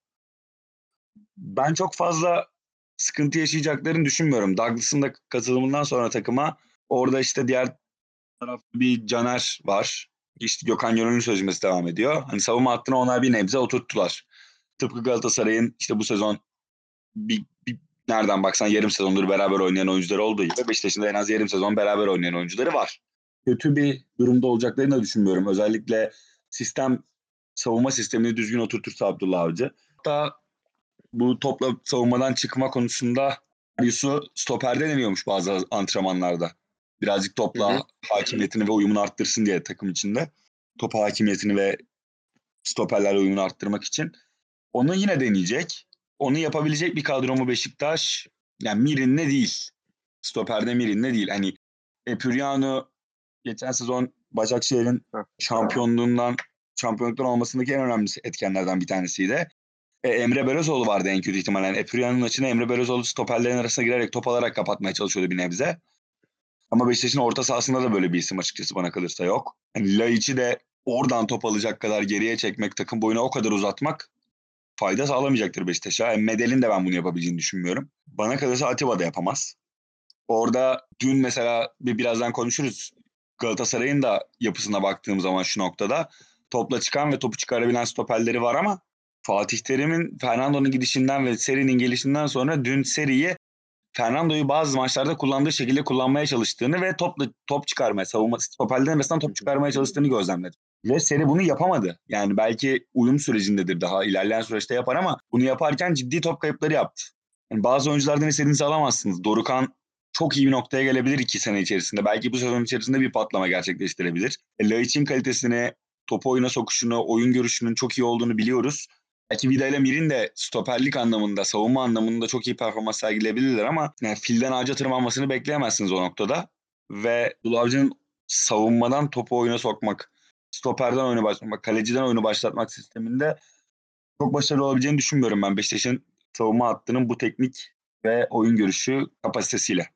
Ben çok fazla sıkıntı yaşayacaklarını düşünmüyorum. Douglas'ın da katılımından sonra takıma orada işte diğer tarafta bir Caner var. İşte Gökhan Gönül'ün sözleşmesi devam ediyor. Hani savunma hattına onlar bir nebze oturttular. Tıpkı Galatasaray'ın işte bu sezon bir, bir nereden baksan yarım sezondur beraber oynayan oyuncuları olduğu gibi Beşiktaş'ın da en az yarım sezon beraber oynayan oyuncuları var. Kötü bir durumda olacaklarını da düşünmüyorum. Özellikle sistem savunma sistemini düzgün oturtursa Abdullah Avcı. Hatta bu topla savunmadan çıkma konusunda Yusuf stoperde deniyormuş bazı antrenmanlarda. Birazcık Hı hı. topla hakimiyetini ve uyumunu arttırsın diye takım içinde. Topa hakimiyetini ve stoperlerle uyumunu arttırmak için. Onu yine deneyecek. Onu yapabilecek bir kadro mu Beşiktaş? Yani Mirin'le değil. Stoperde Mirin'le değil. Hani Epuriano geçen sezon Başakşehir'in Heh. şampiyonluğundan şampiyonluktan olmasındaki en önemli etkenlerden bir tanesiydi. E, Emre Belözoğlu vardı en kötü ihtimalle. Yani Epuriano'nun açını Emre Belözoğlu stoperlerin arasına girerek top alarak kapatmaya çalışıyordu bir nebze. Ama Beşiktaş'ın orta sahasında da böyle bir isim açıkçası bana kalırsa yok. Yani Laiç'i de oradan top alacak kadar geriye çekmek, takım boyunu o kadar uzatmak fayda sağlamayacaktır Beşiktaş'a. Yani Medel'in de ben bunu yapabileceğini düşünmüyorum. Bana kalırsa Atiba da yapamaz. Orada dün mesela bir birazdan konuşuruz. Galatasaray'ın da yapısına baktığım zaman şu noktada topla çıkan ve topu çıkarabilen stoperleri var ama Fatih Terim'in Fernando'nun gidişinden ve Seri'nin gelişinden sonra dün Seri'yi Fernando'yu bazı maçlarda kullandığı şekilde kullanmaya çalıştığını ve topla top çıkarmaya, savunma stoperlerin arasından Hı top hı. çıkarmaya çalıştığını gözlemledim. Ve Seri bunu yapamadı. Yani belki uyum sürecindedir daha ilerleyen süreçte yapar ama bunu yaparken ciddi top kayıpları yaptı. Yani bazı oyunculardan istediğinizi alamazsınız. Dorukhan çok iyi bir noktaya gelebilir iki sene içerisinde. Belki bu sezon içerisinde bir patlama gerçekleştirebilir. E, Laiç'in kalitesini, topu oyuna sokuşunu, oyun görüşünün çok iyi olduğunu biliyoruz. Belki Vida ile Mirin de stoperlik anlamında, savunma anlamında çok iyi performans sergileyebilirler ama yani filden ağaca tırmanmasını bekleyemezsiniz o noktada. Ve Bulavcı'nın savunmadan topu oyuna sokmak, stoperden oyunu başlatmak, kaleciden oyunu başlatmak sisteminde çok başarılı olabileceğini düşünmüyorum ben Beşiktaş'ın savunma hattının bu teknik ve oyun görüşü kapasitesiyle.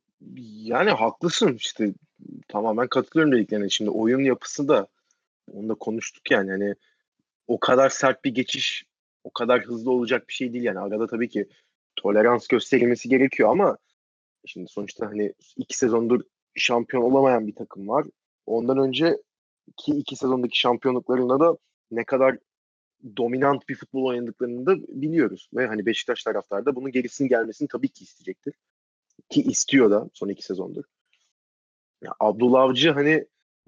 Yani haklısın işte, tamamen katılıyorum dediklerine. Şimdi oyun yapısı da, onu da konuştuk yani, hani o kadar sert bir geçiş, o kadar hızlı olacak bir şey değil yani. Arada tabii ki tolerans gösterilmesi gerekiyor ama şimdi sonuçta hani iki sezondur şampiyon olamayan bir takım var. Ondan önceki iki sezondaki şampiyonluklarında da ne kadar dominant bir futbol oynadıklarını da biliyoruz. Ve hani Beşiktaş taraftarı da bunun gerisinin gelmesini tabii ki isteyecektir. Ki istiyor da son iki sezondur. Ya Abdullah Avcı hani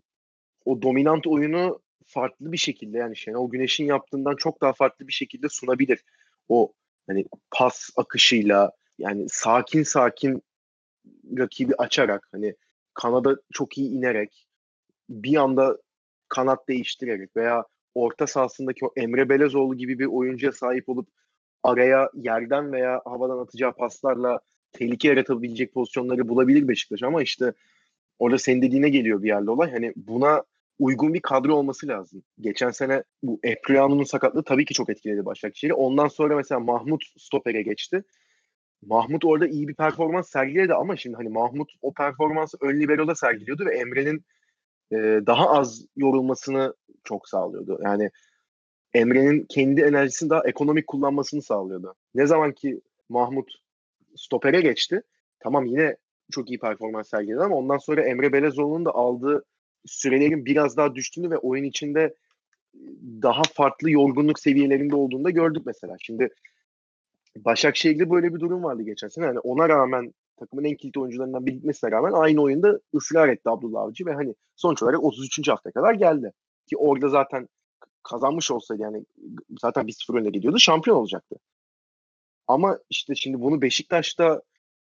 o dominant oyunu farklı bir şekilde, yani Şenol Güneş'in yaptığından çok daha farklı bir şekilde sunabilir. O hani pas akışıyla, yani sakin sakin rakibi açarak, hani kanada çok iyi inerek, bir anda kanat değiştirerek veya orta sahasındaki o Emre Belezoğlu gibi bir oyuncuya sahip olup araya yerden veya havadan atacağı paslarla tehlike yaratabilecek pozisyonları bulabilir Beşiktaş, ama işte orada senin dediğine geliyor bir yerde olay. Hani buna uygun bir kadro olması lazım. Geçen sene bu Epriano'nun sakatlığı tabii ki çok etkiledi Başakşehir'i. Ondan sonra mesela Mahmut stopere geçti. Mahmut orada iyi bir performans sergiledi, ama şimdi hani Mahmut o performansı ön libero'da sergiliyordu ve Emre'nin e, daha az yorulmasını çok sağlıyordu. Yani Emre'nin kendi enerjisini daha ekonomik kullanmasını sağlıyordu. Ne zaman ki Mahmut stopere geçti, tamam yine çok iyi performans sergiledi, ama ondan sonra Emre Belezoğlu'nun da aldığı sürelerin biraz daha düştüğünü ve oyun içinde daha farklı yorgunluk seviyelerinde olduğunu da gördük mesela. Şimdi Başakşehir'de böyle bir durum vardı geçen sene. Yani ona rağmen, takımın en kilit oyuncularından biri gitmesine rağmen aynı oyunda ısrar etti Abdullah Avcı ve hani sonuç olarak otuz üçüncü haftaya kadar geldi. Ki orada zaten kazanmış olsaydı, yani zaten bir sıfır öne gidiyordu, şampiyon olacaktı. Ama işte şimdi bunu Beşiktaş'ta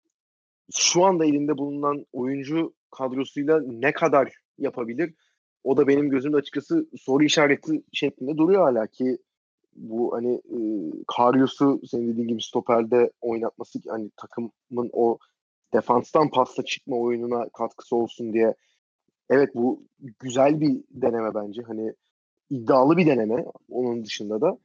şu anda elinde bulunan oyuncu kadrosuyla ne kadar yapabilir? O da benim gözümde açıkçası soru işareti şeklinde duruyor hala ki bu hani e, Karius'u senin dediğin gibi stoperde oynatması, hani takımın o defanstan pasla çıkma oyununa katkısı olsun diye. Evet, bu güzel bir deneme bence. Hani iddialı bir deneme onun dışında da.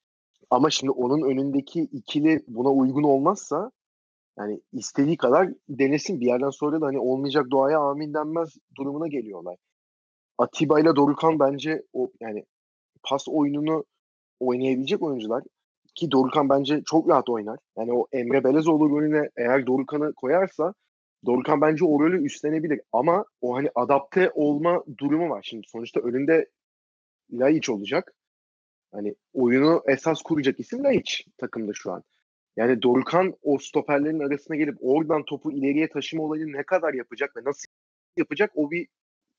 Ama şimdi onun önündeki ikili buna uygun olmazsa, yani istediği kadar denesin, bir yerden sonra da hani olmayacak duaya amin denmez durumuna geliyorlar. Atiba ile Dorukhan bence o yani pas oyununu oynayabilecek oyuncular, ki Dorukhan bence çok rahat oynar. Yani o Emre Belezoğlu rolüne eğer Dorukhan'ı koyarsa, Dorukhan bence o rolü üstlenebilir. Ama o hani adapte olma durumu var. Şimdi sonuçta önünde Laiç olacak. Hani oyunu esas kuracak isim Laiç takımda şu an. Yani Dorukhan o stoperlerin arasına gelip oradan topu ileriye taşıma olayını ne kadar yapacak ve nasıl yapacak, o bir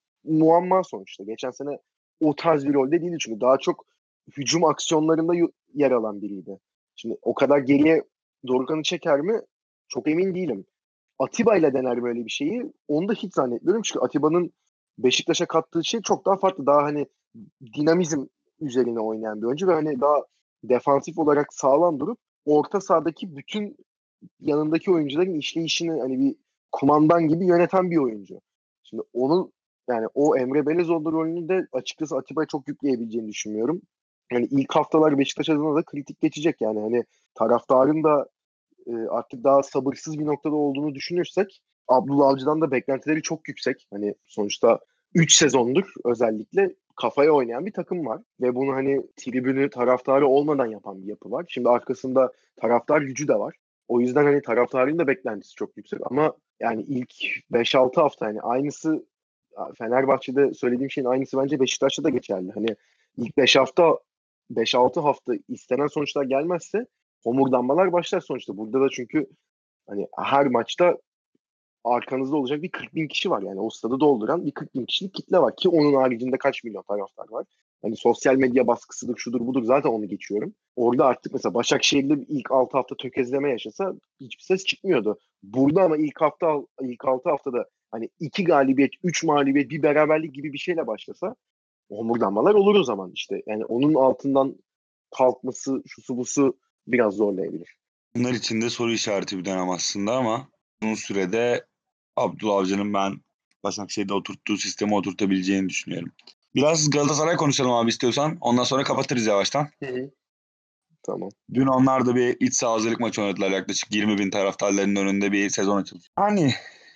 muamma sonuçta. Geçen sene o tarz bir rolde değildi çünkü daha çok hücum aksiyonlarında yer alan biriydi. Şimdi o kadar geriye Dorukhan'ı çeker mi? Çok emin değilim. Atiba ile dener böyle bir şeyi. Onu da hiç zannetmiyorum çünkü Atiba'nın Beşiktaş'a kattığı şey çok daha farklı. Daha hani dinamizm üzerine oynayan bir oyuncu ve hani daha defansif olarak sağlam durup orta sahadaki bütün yanındaki oyuncuların işleyişini hani bir kumandan gibi yöneten bir oyuncu. Şimdi onun, yani o Emre Belezoğlu rolünü de açıkçası Atiba'ya çok yükleyebileceğini düşünmüyorum. Yani ilk haftalar Beşiktaş adına da kritik geçecek, yani hani taraftarın da e, artık daha sabırsız bir noktada olduğunu düşünürsek, Abdullah Avcı'dan da beklentileri çok yüksek. Hani sonuçta üç sezondur özellikle kafaya oynayan bir takım var ve bunu hani tribünü, taraftarı olmadan yapan bir yapı var. Şimdi arkasında taraftar gücü de var. O yüzden hani taraftarın da beklentisi çok yüksek, ama yani ilk beş altı hafta, yani aynısı Fenerbahçe'de söylediğim şeyin aynısı bence Beşiktaş'ta da geçerli. Hani ilk beş hafta, beş altı hafta istenen sonuçlar gelmezse homurdanmalar başlar sonuçta. Burada da çünkü hani her maçta arkanızda olacak bir kırk bin kişi var. Yani o stadı dolduran bir kırk bin kişilik kitle var ki onun haricinde kaç milyon taraftar var. Hani sosyal medya baskısıdır, şudur budur, zaten onu geçiyorum. Orada artık mesela Başakşehir'de ilk altı hafta tökezleme yaşasa hiçbir ses çıkmıyordu. Burada ama ilk hafta ilk altı haftada hani iki galibiyet, üç mağlubiyet, bir beraberlik gibi bir şeyle başlasa homurdanmalar olur o zaman işte. Yani onun altından kalkması, şusu busu biraz zorlayabilir. Bunlar için de soru işareti bir dönem aslında ama uzun sürede Abdullah Avcı'nın ben Başakşehir'de oturttuğu sistemi oturtabileceğini düşünüyorum. Biraz Galatasaray konuşalım abi istiyorsan. Ondan sonra kapatırız yavaştan. Hı hı. Tamam. Dün onlar da bir iç saha hazırlık maçı oynadılar. Yaklaşık yirmi bin taraftarların önünde bir sezon açıldı. Hani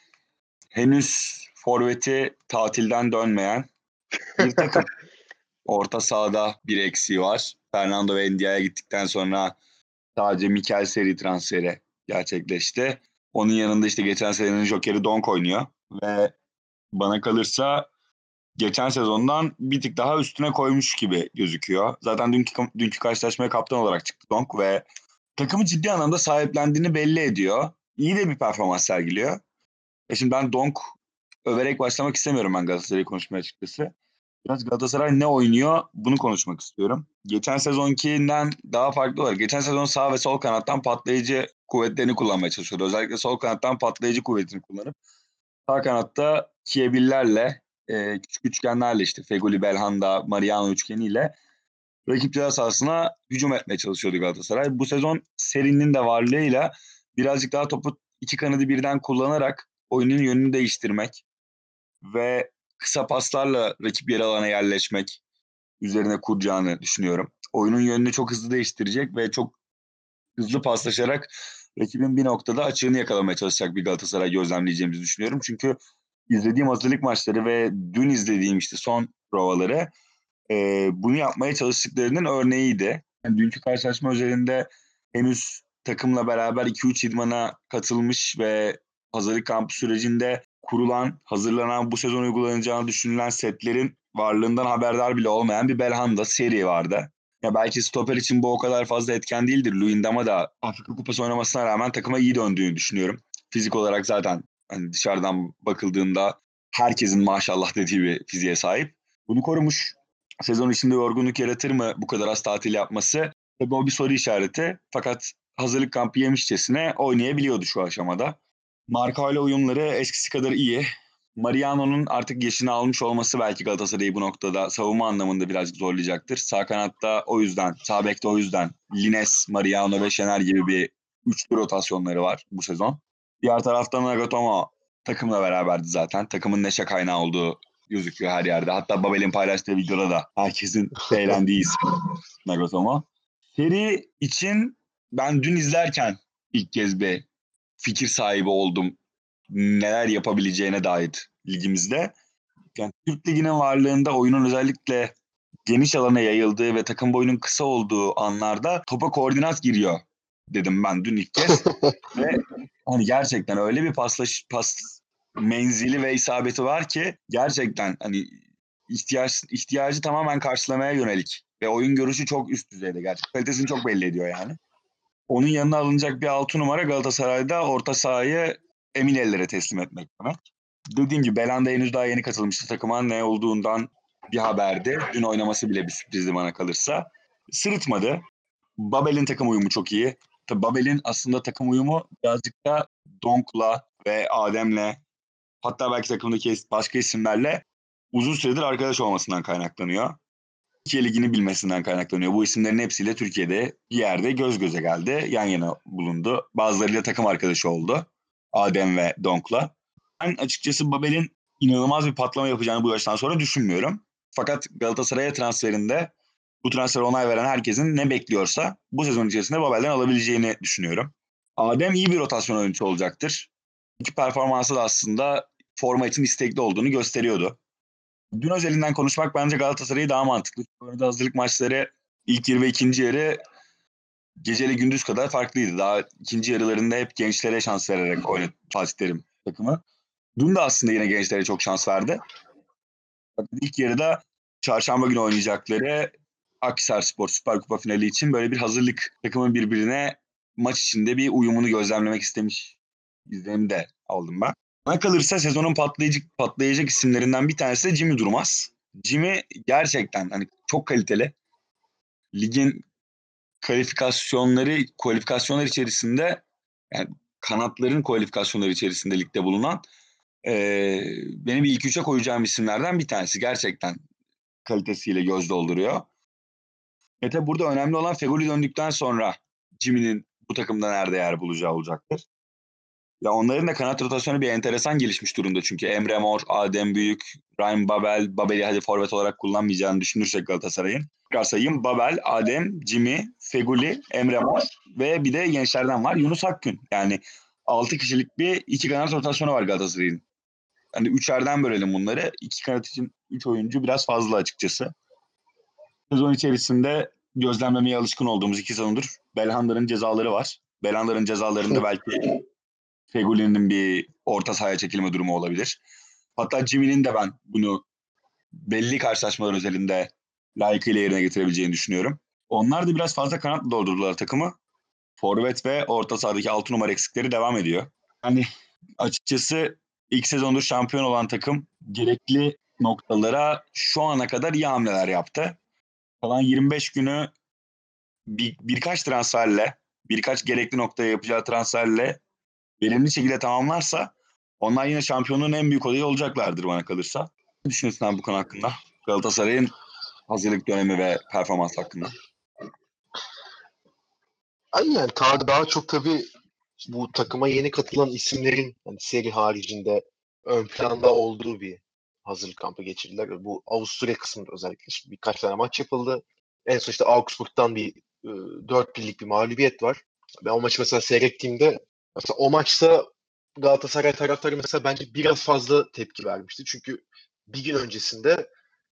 henüz forveti tatilden dönmeyen bir takım. Orta sahada bir eksiği var. Fernando ve Ndiaye gittikten sonra sadece Mikel Seri transferi gerçekleşti. Onun yanında işte geçen senenin jokeri Donk oynuyor. Ve bana kalırsa geçen sezondan bir tık daha üstüne koymuş gibi gözüküyor. Zaten dünkü, dünkü karşılaşmaya kaptan olarak çıktı Donk ve takımı ciddi anlamda sahiplendiğini belli ediyor. İyi de bir performans sergiliyor. E şimdi ben Donk överek başlamak istemiyorum ben Galatasaray'ı konuşmaya açıkçası. Biraz Galatasaray ne oynuyor bunu konuşmak istiyorum. Geçen sezonkinden daha farklı olarak geçen sezon sağ ve sol kanattan patlayıcı kuvvetlerini kullanmaya çalışıyordu. Özellikle sol kanattan patlayıcı kuvvetini kullanıp sağ kanatta Kiebillerle e, küçük üçgenlerle işte Fegoli, Belhanda, Mariano üçgeniyle rakip ceza sahasına hücum etmeye çalışıyordu Galatasaray. Bu sezon Seri'nin de varlığıyla birazcık daha topu iki kanadı birden kullanarak oyunun yönünü değiştirmek ve kısa paslarla rakip yer alana yerleşmek üzerine kuracağını düşünüyorum. Oyunun yönünü çok hızlı değiştirecek ve çok hızlı paslaşarak rakibin bir noktada açığını yakalamaya çalışacak bir Galatasaray gözlemleyeceğimizi düşünüyorum. Çünkü izlediğim hazırlık maçları ve dün izlediğim işte son provaları e, bunu yapmaya çalıştıklarının örneğiydi. Yani dünkü karşılaşma üzerinde henüz takımla beraber iki üç idmana katılmış ve hazırlık kampı sürecinde kurulan, hazırlanan, bu sezon uygulanacağını düşünülen setlerin varlığından haberdar bile olmayan bir Belhanda seri vardı. Ya belki stoper için bu o kadar fazla etken değildir. Luyendam'a da Afrika Kupası oynamasına rağmen takıma iyi döndüğünü düşünüyorum. Fizik olarak zaten hani dışarıdan bakıldığında herkesin maşallah dediği bir fiziğe sahip. Bunu korumuş. Sezon içinde yorgunluk yaratır mı bu kadar az tatil yapması? Tabii o bir soru işareti. Fakat hazırlık kampı yemişçesine oynayabiliyordu şu aşamada. Marka ile uyumları eskisi kadar iyi. Mariano'nun artık yaşını almış olması belki Galatasaray'ı bu noktada savunma anlamında birazcık zorlayacaktır. Sağ kanatta o yüzden, sağ bekte o yüzden Lines, Mariano ve Şener gibi bir üçlü rotasyonları var bu sezon. Diğer taraftan Nagatomo takımla beraberdi zaten. Takımın neşe kaynağı olduğu gözüküyor her yerde. Hatta Babel'in paylaştığı videoda da herkesin eğlendiği isim Nagatomo. Seri için ben dün izlerken ilk kez bir fikir sahibi oldum. Neler yapabileceğine dair ligimizde. Yani Türk Ligi'nin varlığında oyunun özellikle geniş alana yayıldığı ve takım boyunun kısa olduğu anlarda topa koordinat giriyor dedim ben dün ilk kez. Ve hani gerçekten öyle bir paslaş, pas menzili ve isabeti var ki gerçekten hani ihtiyaç ihtiyacı tamamen karşılamaya yönelik ve oyun görüşü çok üst düzeyde gerçekten. Kalitesini çok belli ediyor yani. Onun yanına alınacak bir altı numara Galatasaray'da orta sahayı emin ellere teslim etmek demek. Dediğim gibi Belhanda henüz daha yeni katılmıştı takıma. Ne olduğundan bir haberdi. Dün oynaması bile bir sürprizdi bana kalırsa. Sırıtmadı. Babel'in takım uyumu çok iyi. Tabii Babel'in aslında takım uyumu birazcık da Donk'la ve Adem'le, hatta belki takımdaki başka isimlerle uzun süredir arkadaş olmasından kaynaklanıyor. Türkiye Ligi'ni bilmesinden kaynaklanıyor. Bu isimlerin hepsiyle Türkiye'de bir yerde göz göze geldi. Yan yana bulundu. Bazılarıyla takım arkadaşı oldu. Adem ve Donk'la. Ben açıkçası Babel'in inanılmaz bir patlama yapacağını bu yaştan sonra düşünmüyorum. Fakat Galatasaray'a transferinde bu transfere onay veren herkesin ne bekliyorsa bu sezon içerisinde Babel'den alabileceğini düşünüyorum. Adem iyi bir rotasyon oyuncusu olacaktır. İki performansı da aslında forma için istekli olduğunu gösteriyordu. Dün özelinden konuşmak bence Galatasaray'ı daha mantıklı. Orada hazırlık maçları ilk yarı ve ikinci yarı geceyle gündüz kadar farklıydı. Daha ikinci yarılarında hep gençlere şans vererek oynadı Fatih Terim takımı. Dün de aslında yine gençlere çok şans verdi. İlk yarıda çarşamba günü oynayacakları Akhisarspor Süper Kupa finali için böyle bir hazırlık, takımın birbirine maç içinde bir uyumunu gözlemlemek istemiş izlenimi de aldım ben. Bana kalırsa sezonun patlayacak, patlayacak isimlerinden bir tanesi de Jimmy Durmaz. Jimmy gerçekten hani çok kaliteli. Ligin kalifikasyonları, kualifikasyonlar içerisinde, yani kanatların kualifikasyonları içerisinde ligde bulunan e, beni bir ilk üçe koyacağım isimlerden bir tanesi. Gerçekten kalitesiyle göz dolduruyor. Ve tabi burada önemli olan Fegoli döndükten sonra Jimmy'nin bu takımda nerede yer bulacağı olacaktır. Ya onların da kanat rotasyonu bir enteresan gelişmiş durumda çünkü Emre Mor, Adem Büyük, Ryan Babel, Babel'i hadi forvet olarak kullanmayacağını düşünürsek Galatasaray'ın. Tekrar sayayım: Babel, Adem, Jimmy, Feguli, Emre Mor ve bir de gençlerden var Yunus Akgün. Yani altı kişilik bir iki kanat rotasyonu var Galatasaray'ın. Hani üçerden bölelim bunları. İki kanat için üç oyuncu biraz fazla açıkçası. Sezon içerisinde gözlemlemeye alışkın olduğumuz iki sezondur Belhanda'nın cezaları var. Belhanda'nın cezalarında belki Feguli'nin bir orta sahaya çekilme durumu olabilir. Hatta Jimmy'nin de ben bunu belli karşılaşmalar özelinde layıkıyla yerine getirebileceğini düşünüyorum. Onlar da biraz fazla kanatla doldurdular takımı. Forvet ve orta sahadaki altı numara eksikleri devam ediyor. Yani açıkçası ilk sezondur şampiyon olan takım gerekli noktalara şu ana kadar iyi hamleler yaptı. Kalan yirmi beş günü bir, birkaç transferle, birkaç gerekli noktaya yapacağı transferle verimli şekilde tamamlarsa onlar yine şampiyonluğun en büyük adayı olacaklardır bana kalırsa. Ne düşünüyorsun abi bu konu hakkında? Galatasaray'ın hazırlık dönemi ve performans hakkında. Aynen yani ta- daha çok tabii bu takıma yeni katılan isimlerin hani seri haricinde ön planda olduğu bir hazırlık kampı geçirdiler. Bu Avusturya kısmında özellikle şimdi birkaç tane maç yapıldı. En son işte Augsburg'dan bir e, dört birlik bir mağlubiyet var. Ben o maçı mesela seyrettiğimde mesela o maçta Galatasaray taraftarı mesela bence biraz fazla tepki vermişti. Çünkü bir gün öncesinde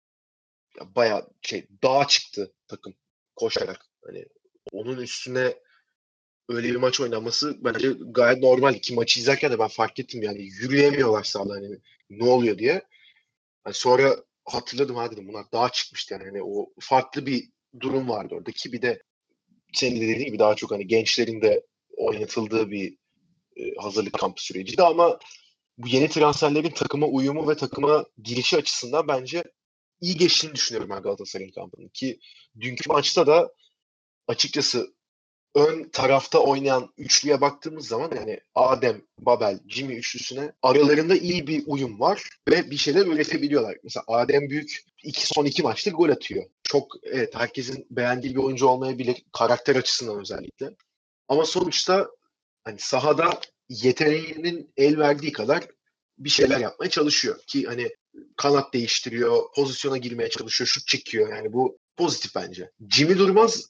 ya bayağı şey dağa çıktı takım koşarak. Hani onun üstüne öyle bir maç oynanması bence gayet normal. İki maçı izlerken de ben fark ettim yani yürüyemiyorlar sahada hani ne oluyor diye. Yani sonra hatırladım ha dedim bunlar daha çıkmıştı yani. Hani o farklı bir durum vardı orada ki bir de senin de dediğin gibi daha çok hani gençlerin de oynatıldığı bir e, hazırlık kampı süreciydi ama bu yeni transferlerin takıma uyumu ve takıma girişi açısından bence iyi geçtiğini düşünüyorum ben Galatasaray'ın kampının ki dünkü maçta da açıkçası ön tarafta oynayan üçlüye baktığımız zaman yani Adem, Babel, Jimmy üçlüsüne aralarında iyi bir uyum var ve bir şeyler üretebiliyorlar. Mesela Adem Büyük iki, son iki maçtır gol atıyor. Çok evet herkesin beğendiği bir oyuncu olmayabilir karakter açısından özellikle. Ama sonuçta hani sahada yeteneğinin el verdiği kadar bir şeyler yapmaya çalışıyor ki hani kanat değiştiriyor, pozisyona girmeye çalışıyor, şut çekiyor. Yani bu pozitif bence. Jimmy Durmaz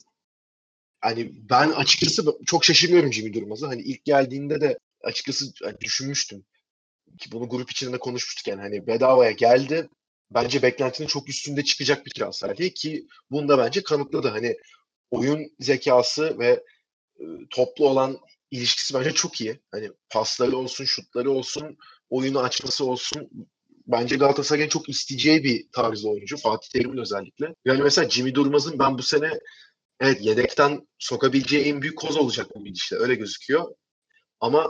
hani ben açıkçası çok şaşırmıyorum Jimmy Durmaz'a. Hani ilk geldiğinde de açıkçası hani düşünmüştüm ki bunu grup içinde konuşmuştuk yani hani bedavaya geldi. Bence beklentinin çok üstünde çıkacak bir transfer değil ki bunu da bence kanıtladı. Hani oyun zekası ve e, toplu olan ilişkisi bence çok iyi. Hani pasları olsun, şutları olsun, oyunu açması olsun. Bence Galatasaray'ın çok isteyeceği bir tarzda oyuncu. Fatih Terim'in özellikle. Yani mesela Jimmy Durmaz'ın ben bu sene evet yedekten sokabileceği en büyük koz olacak bu gidişle. Öyle gözüküyor. Ama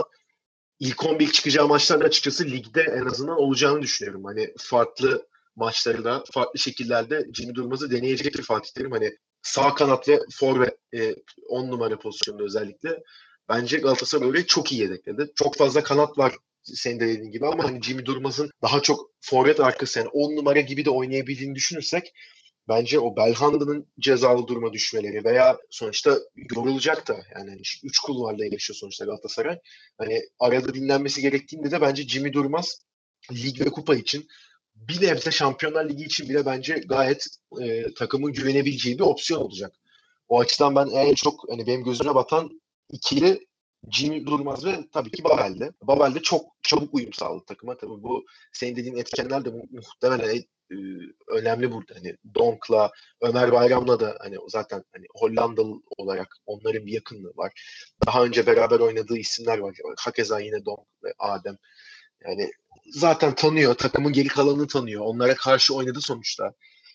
ilk on bir çıkacağı maçlarda açıkçası ligde en azından olacağını düşünüyorum. Hani farklı maçlarda, farklı şekillerde Jimmy Durmaz'ı deneyecektir Fatih Terim. Hani sağ kanat ve forvet e, on numara pozisyonunda özellikle. Bence Galatasaray öyle çok iyi yedekledi. Çok fazla kanat var senin de dediğin gibi ama hani Jimmy Durmaz'ın daha çok forvet arkası yani on numara gibi de oynayabildiğini düşünürsek bence o Belhanda'nın cezalı duruma düşmeleri veya sonuçta yorulacak da yani üç kulvarla yaşıyor sonuçta Galatasaray. Hani arada dinlenmesi gerektiğinde de bence Jimmy Durmaz lig ve kupa için bir nebze Şampiyonlar Ligi için bile bence gayet e, takımın güvenebileceği bir opsiyon olacak. O açıdan ben en çok hani benim gözüme batan ikili Jimmy Durmaz ve tabii ki Babel'de. Babel de çok çabuk uyum sağladı takıma. Tabii bu senin dediğin etkenler de mu- muhtemelen e, önemli burada. Hani Donk'la, Ömer Bayram'la da hani zaten hani Hollandalı olarak onların bir yakınlığı var. Daha önce beraber oynadığı isimler var. Hakeza yine Donk ve Adem. Yani zaten tanıyor. Takımın geri kalanını tanıyor. Onlara karşı oynadı sonuçta.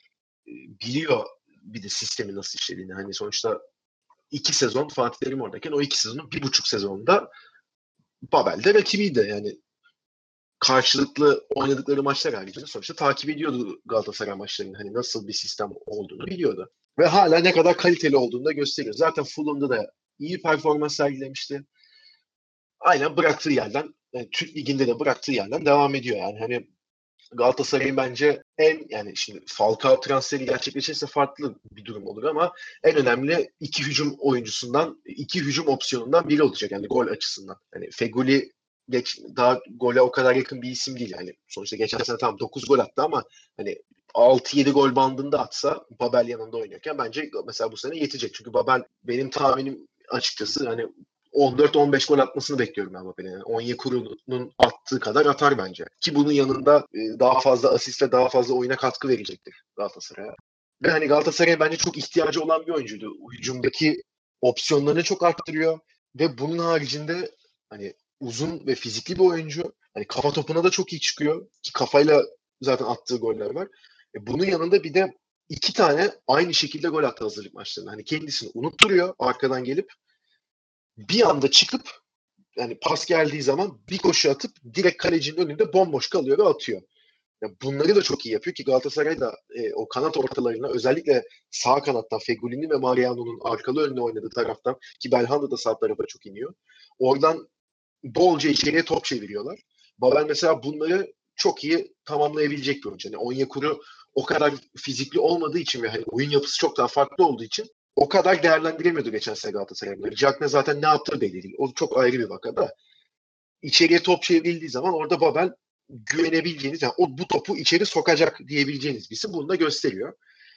E, biliyor bir de sistemin nasıl işlediğini. Hani sonuçta iki sezon Fatih Terim oradayken o iki sezonun bir buçuk sezonda Babel'de rakibiydi. Yani karşılıklı oynadıkları maçlar haricinde sonuçta takip ediyordu Galatasaray maçlarını. Hani nasıl bir sistem olduğunu biliyordu. Ve hala ne kadar kaliteli olduğunu da gösteriyor. Zaten Fulham'da da iyi performans sergilemişti. Aynen bıraktığı yerden, yani Türk Ligi'nde de bıraktığı yerden devam ediyor. Yani hani Galatasaray'ın bence en yani şimdi Falcao transferi gerçekleşirse farklı bir durum olur ama en önemli iki hücum oyuncusundan, iki hücum opsiyonundan biri olacak yani gol açısından. Yani Feguli geç, daha gole o kadar yakın bir isim değil. Yani sonuçta geçen sene tamam dokuz gol attı ama hani altı yedi gol bandında atsa Babel yanında oynuyorken bence mesela bu sene yetecek. Çünkü Babel benim tahminim açıkçası hani on dört on beş gol atmasını bekliyorum ben Mbappé'nin. Yani Onyekuru'nun attığı kadar atar bence. Ki bunun yanında e, daha fazla asist ve daha fazla oyuna katkı verecektir Galatasaray'a. Ve hani Galatasaray'a bence çok ihtiyacı olan bir oyuncuydu. Hücumdaki opsiyonlarını çok arttırıyor. Ve bunun haricinde hani uzun ve fizikli bir oyuncu. Hani kafa topuna da çok iyi çıkıyor. Ki kafayla zaten attığı goller var. E bunun yanında bir de iki tane aynı şekilde gol attı hazırlık maçlarında. Hani kendisini unutturuyor arkadan gelip bir anda çıkıp yani pas geldiği zaman bir koşu atıp direkt kalecinin önünde bomboş kalıyor ve atıyor. Ya bunları da çok iyi yapıyor ki Galatasaray da e, o kanat ortalarına özellikle sağ kanattan Feghouli ve Mariano'nun arkalı önüne oynadığı taraftan ki Belhanda da sağ tarafa çok iniyor. Oradan bolca içeriye top çeviriyorlar. Babel mesela bunları çok iyi tamamlayabilecek bir oyuncu. Yani Onyekuru o kadar fizikli olmadığı için ve hani oyun yapısı çok daha farklı olduğu için o kadar değerlendiremiyordu geçen sene Galatasaray'da. Cagne zaten ne yaptığı belli değil. O çok ayrı bir vaka da. İçeriye top çevrildiği zaman orada Babel güvenebileceğiniz, yani o bu topu içeri sokacak diyebileceğiniz birisi bunu da gösteriyor.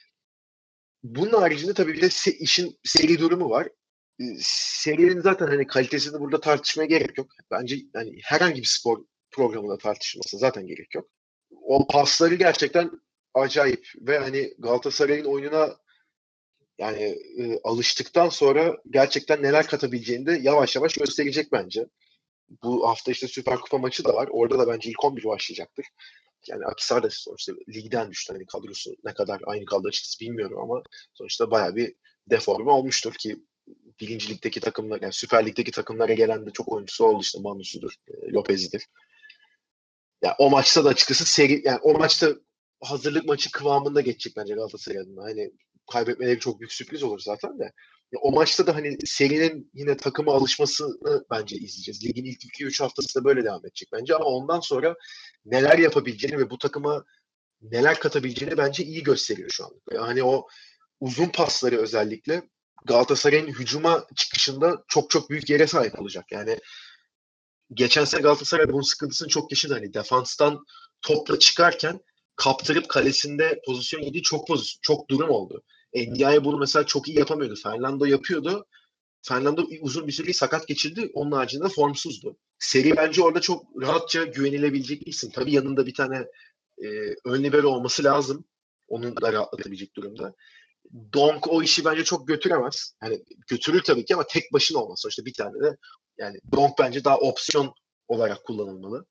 Bunun haricinde tabii bir de se- işin seri durumu var. Ee, Serinin zaten hani kalitesini burada tartışmaya gerek yok. Bence hani herhangi bir spor programında tartışılması zaten gerek yok. O pasları gerçekten acayip ve hani Galatasaray'ın oyununa yani e, alıştıktan sonra gerçekten neler katabileceğini de yavaş yavaş gösterecek bence. Bu hafta işte Süper Kupa maçı da var. Orada da bence ilk on bir başlayacaktır. Yani Akhisar da sonuçta ligden düştü. Hani kadrosu ne kadar aynı kaldı açıkçası bilmiyorum ama sonuçta bayağı bir deforme olmuştur ki birinci ligdeki takımlar, yani Süper Lig'deki takımlara gelen de çok oyuncusu oldu işte Manusu'dur, e, Lopez'idir. Yani o maçta da açıkçası seri, yani o maçta hazırlık maçı kıvamında geçecek bence Galatasaray adına. Hani kaybetmeleri çok büyük sürpriz olur zaten de. Ya o maçta da hani serinin yine takıma alışmasını bence izleyeceğiz. Ligin ilk iki üç haftası da böyle devam edecek bence ama ondan sonra neler yapabileceğini ve bu takıma neler katabileceğini bence iyi gösteriyor şu an. Yani o uzun pasları özellikle Galatasaray'ın hücuma çıkışında çok çok büyük yere sahip olacak. Yani geçen sene Galatasaray bunun sıkıntısını çok yaşadı. Hani defanstan topla çıkarken kaptırıp kalesinde pozisyon yediği çok pozisyon, çok durum oldu. N D I bunu mesela çok iyi yapamıyordu. Fernando yapıyordu. Fernando uzun bir süre sakat geçirdi. Onun haricinde formsuzdu. Seri bence orada çok rahatça güvenilebilecek bir isim. Tabii yanında bir tane e, ön libero olması lazım. Onun da rahatlatabilecek durumda. Donk o işi bence çok götüremez. Yani götürür tabii ki ama tek başına olmaz. Sonuçta bir tane de yani Donk bence daha opsiyon olarak kullanılmalı.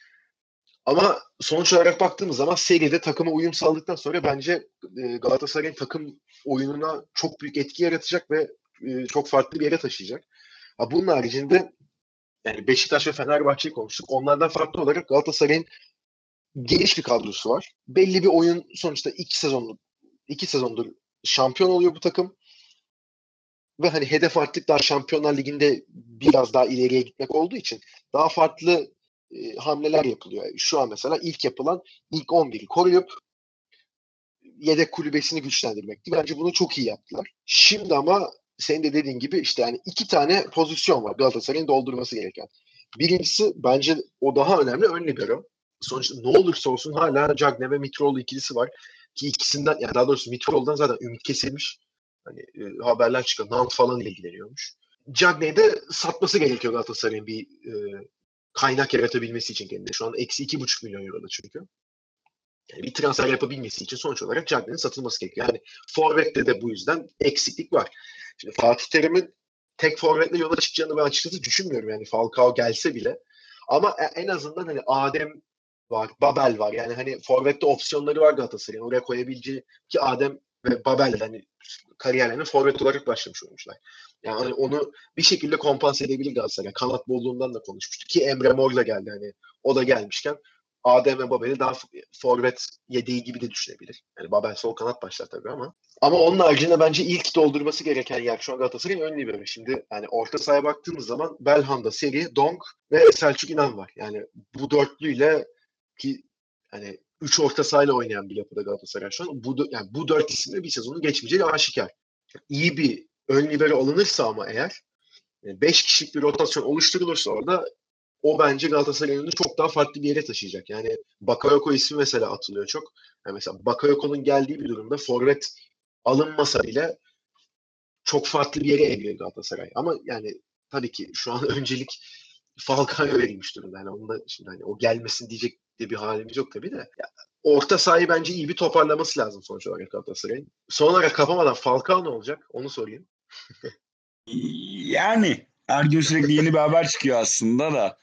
Ama sonuç olarak baktığımız zaman seride takıma uyum sağladıktan sonra bence e, Galatasaray'ın takım oyununa çok büyük etki yaratacak ve e, çok farklı bir yere taşıyacak. Ha, bunun haricinde yani Beşiktaş ve Fenerbahçe'yi konuştuk. Onlardan farklı olarak Galatasaray'ın geniş bir kadrosu var. Belli bir oyun sonuçta iki sezondur iki sezondur şampiyon oluyor bu takım. Ve hani hedef artık daha Şampiyonlar Ligi'nde biraz daha ileriye gitmek olduğu için daha farklı e, hamleler yapılıyor. Şu an mesela ilk yapılan ilk on biri koruyup yedek kulübesini güçlendirmekti. Bence bunu çok iyi yaptılar. Şimdi ama senin de dediğin gibi işte yani iki tane pozisyon var Galatasaray'ın doldurması gereken. Birincisi bence o daha önemli ön libero. Sonuçta ne olursa olsun hala Cagne ve Mitroğlu ikilisi var. Ki ikisinden yani daha doğrusu Mitroğlu'dan zaten ümit kesilmiş. Hani e, haberler çıkıyor. Nantes falan ilgileniyormuş. Cagne'yi de satması gerekiyor Galatasaray'ın bir e, kaynak yaratabilmesi için kendine. Şu an eksi iki buçuk milyon euroda çünkü. Yani bir transfer yapabilmesi için sonuç olarak Cagne'nin satılması gerekiyor. Yani Forvet'te de bu yüzden eksiklik var. Şimdi Fatih Terim'in tek Forvet'le yola çıkacağını ben açıkçası düşünmüyorum. Yani Falcao gelse bile. Ama en azından hani Adem var, Babel var. Yani hani Forvet'te opsiyonları var Galatasaray'ın. Oraya koyabileceği ki Adem ve Babel hani kariyerlerine forvet olarak başlamış olmuşlar. Yani hani onu bir şekilde kompanse edebilir Galatasaray. Kanat bolluğundan da konuşmuştuk ki Emre Mor da geldi hani o da gelmişken Adem ve Babel'i daha forvet yedeği gibi de düşünebilir. Yani Babel sol kanat başlar tabii ama. Ama onun haricinde bence ilk doldurması gereken yer şu an Galatasaray'ın ön libero. Şimdi yani orta sahaya baktığımız zaman Belhanda, Seri, Donk ve Selçuk İnan var. Yani bu dörtlüyle ki hani üç orta sahayla oynayan bir yapıda Galatasaray şu an. Bu, yani bu dört isimle bir sezonu geçmeyeceği aşikar. İyi bir ön libero alınırsa ama eğer beş kişilik bir rotasyon oluşturulursa orada o bence Galatasaray'ın çok daha farklı bir yere taşıyacak. Yani Bakayoko ismi mesela atılıyor çok. Yani mesela Bakayoko'nun geldiği bir durumda forvet alınmasa bile çok farklı bir yere evriyor Galatasaray. Ama yani tabii ki şu an öncelik Falcao'ya verilmiş durumda. Yani onun da şimdi hani o gelmesin diyecek diye bir halimiz yok tabii de. Ya, orta sahayı bence iyi bir toparlaması lazım sonuç olarak Galatasaray'ın. Son olarak kapamadan Falcao ne olacak? Onu sorayım. Yani her gün sürekli yeni bir haber çıkıyor aslında da.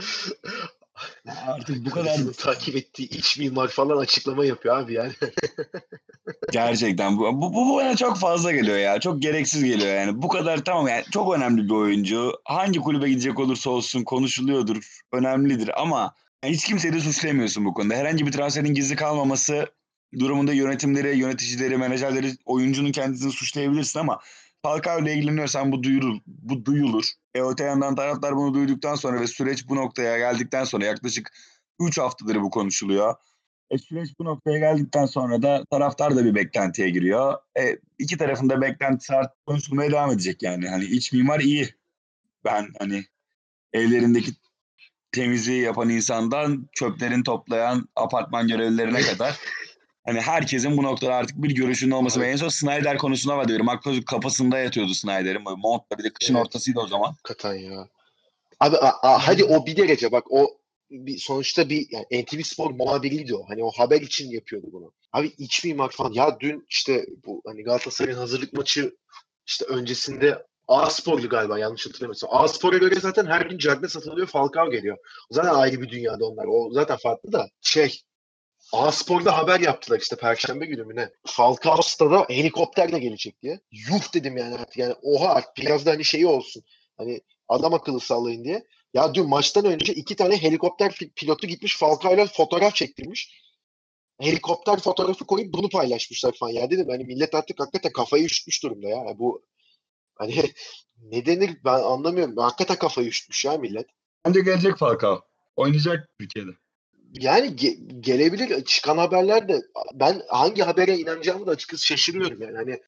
Artık bu kadar Karısını takip ettiği iç mimar falan açıklama yapıyor abi yani. gerçekten bu, bu, bu bana çok fazla geliyor ya. Çok gereksiz geliyor yani. Bu kadar tamam yani çok önemli bir oyuncu. Hangi kulübe gidecek olursa olsun konuşuluyordur. Önemlidir ama Yani hiç kimseyi de suçlayamıyorsun bu konuda. Herhangi bir transferin gizli kalmaması durumunda yönetimleri, yöneticileri, menajerleri, oyuncunun kendisini suçlayabilirsin ama Falcao ile ilgileniyorsan bu duyurur, bu duyulur. E öte yandan taraftar bunu duyduktan sonra ve süreç bu noktaya geldikten sonra yaklaşık üç haftadır bu konuşuluyor. E süreç bu noktaya geldikten sonra da taraftar da bir beklentiye giriyor. E iki tarafın da beklentisi artık konuşulmaya devam edecek yani. Hani iç mimar iyi. Ben hani evlerindeki temizliği yapan insandan çöplerini toplayan apartman görevlilerine kadar hani herkesin bu noktada artık bir görüşünün olması ve Abi, en son Snyder konusuna var diyorum. Hakikaten kafasında yatıyordu Snyder'in. Böyle montla bir de kışın evet. ortasıydı o zaman. Hakikaten ya. Abi a- a- hadi o bir derece bak o bir, sonuçta bir yani N T V Spor muhabiriydi o. Hani o haber için yapıyordu bunu. Abi iç mimar falan. Ya dün işte bu hani Galatasaray'ın hazırlık maçı işte öncesinde A-Spor'lu galiba yanlış hatırlamıyorsam. A-Spor'a göre zaten her gün Cagne satılıyor, Falcao geliyor. Zaten ayrı bir dünyada onlar. O zaten farklı da şey A-Spor'da haber yaptılar işte Perşembe günü mü ne? Falcao stada helikopterle gelecek diye. Yuh dedim yani artık yani oha artık biraz da hani şeyi olsun. Hani adam akıllı sallayın diye. Ya dün maçtan önce iki tane helikopter pi- pilotu gitmiş Falcao'yla fotoğraf çektirmiş. Helikopter fotoğrafı koyup bunu paylaşmışlar falan. Ya dedim hani millet artık hakikaten kafayı üşütmüş durumda ya. Yani bu hani ne denir ben anlamıyorum. Hakikaten kafayı üşütmüş ya millet. Bence gelecek Falcao. Oynayacak Türkiye'de. Yani ge- gelebilir çıkan haberler de ben hangi habere inanacağımı da açıkçası şaşırıyorum yani hani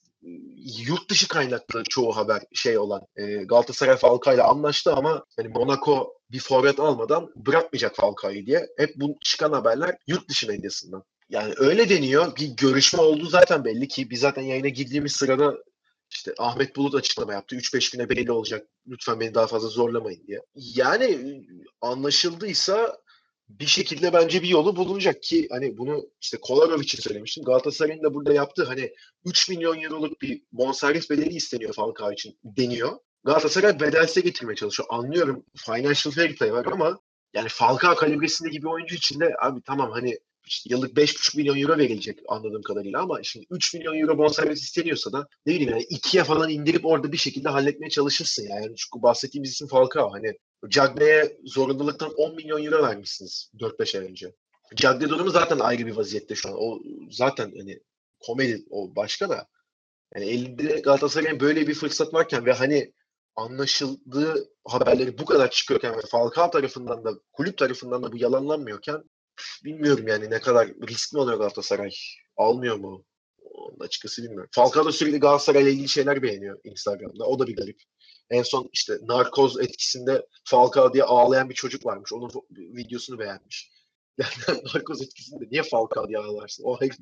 yurt dışı kaynaklı çoğu haber şey olan e, Galatasaray Falcao ile anlaştı ama hani Monaco bir forvet almadan bırakmayacak Falcao'yu diye hep bu çıkan haberler yurt dışı medyasından. Yani öyle deniyor. Bir görüşme oldu zaten belli ki biz zaten yayına girdiğimiz sırada işte Ahmet Bulut açıklama yaptı. üç beş güne belli olacak. Lütfen beni daha fazla zorlamayın diye. Yani anlaşıldıysa bir şekilde bence bir yolu bulunacak ki hani bunu işte Kolarov için söylemiştim. Galatasaray'ın da burada yaptığı hani üç milyon euroluk bir bonservis bedeli isteniyor Falcao için deniyor. Galatasaray bedelsize getirmeye çalışıyor. Anlıyorum financial fair play var ama yani Falcao kalibresindeki bir oyuncu için de abi tamam hani işte yıllık beş buçuk milyon euro verilecek anladığım kadarıyla ama şimdi üç milyon euro bonservis isteniyorsa da ne bileyim yani ikiye falan indirip orada bir şekilde halletmeye çalışırsın yani. Yani çünkü bahsettiğimiz isim Falcao hani Cagne'ye zorunluluktan on milyon euro vermişsiniz dört beş ay önce. Cagne durumu zaten ayrı bir vaziyette şu an. O zaten hani komedi o başka da. Yani elinde Galatasaray'ın böyle bir fırsat varken ve hani anlaşıldığı haberleri bu kadar çıkıyorken ve Falcao tarafından da kulüp tarafından da bu yalanlanmıyorken bilmiyorum yani ne kadar risk mi alıyor Galatasaray? Almıyor mu? Onun açıkçası bilmiyorum. Falcao da sürekli Galatasaray'la ilgili şeyler beğeniyor Instagram'da. O da bir garip. En son işte narkoz etkisinde Falcao diye ağlayan bir çocuk varmış. Onun videosunu beğenmiş. Yani narkoz etkisinde niye Falcao diye ağlarsın? O ayrı.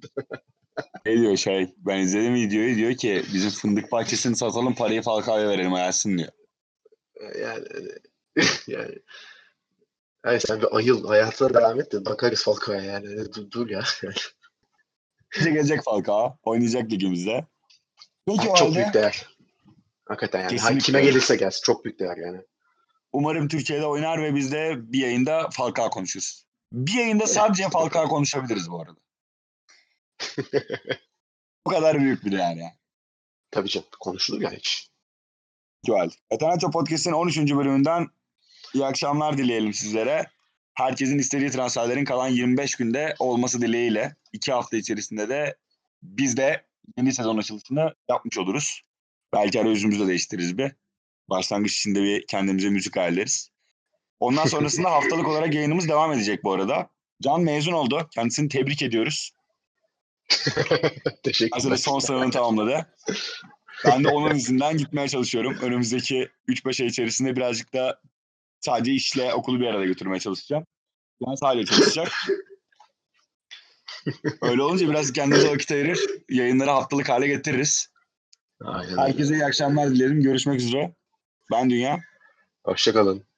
Ne diyor şey, ben izledim videoyu, diyor ki bizim fındık bahçesini satalım parayı Falcao'ya verelim ayasın diyor. Yani yani yani sen bir ayıl hayatına devam et de bakarız Falcao'ya yani. Dur, dur ya. Bence gelecek Falcao. Oynayacak ligimizde. Peki o Çok büyük halde değer. Hakikaten yani. Ha, kesinlikle kime öyle. gelirse gelsin. Çok büyük değer yani. Umarım Türkiye'de oynar ve biz de bir yayında Falcao konuşuruz. Bir yayında Eh, sadece işte bakalım. Falcao konuşabiliriz bu arada. Bu kadar büyük bir değer yani. Tabii canım. Konuşulur ya hiç. Güzel. Etenacho Podcast'in on üçüncü bölümünden iyi akşamlar dileyelim sizlere. Herkesin istediği transferlerin kalan yirmi beş günde olması dileğiyle iki hafta içerisinde de biz de yeni sezon açılışını yapmış oluruz. Belki arayüzümüzü de değiştiririz bir. Başlangıç içinde bir kendimize müzik ayarlarız. Ondan sonrasında haftalık olarak yayınımız devam edecek bu arada. Can mezun oldu. Kendisini tebrik ediyoruz. Üniversitede Teşekkürler. son sınavını tamamladı. Ben de onun izinden gitmeye çalışıyorum. Önümüzdeki üç beş ay içerisinde birazcık da sadece işle okulu bir arada götürmeye çalışacağım. Yani sadece çalışacak. Öyle olunca biraz kendimize vakit ayırır. Yayınları haftalık hale getiririz. Aynen öyle. Herkese iyi akşamlar dilerim. Görüşmek üzere. Ben Dünya. Hoşçakalın.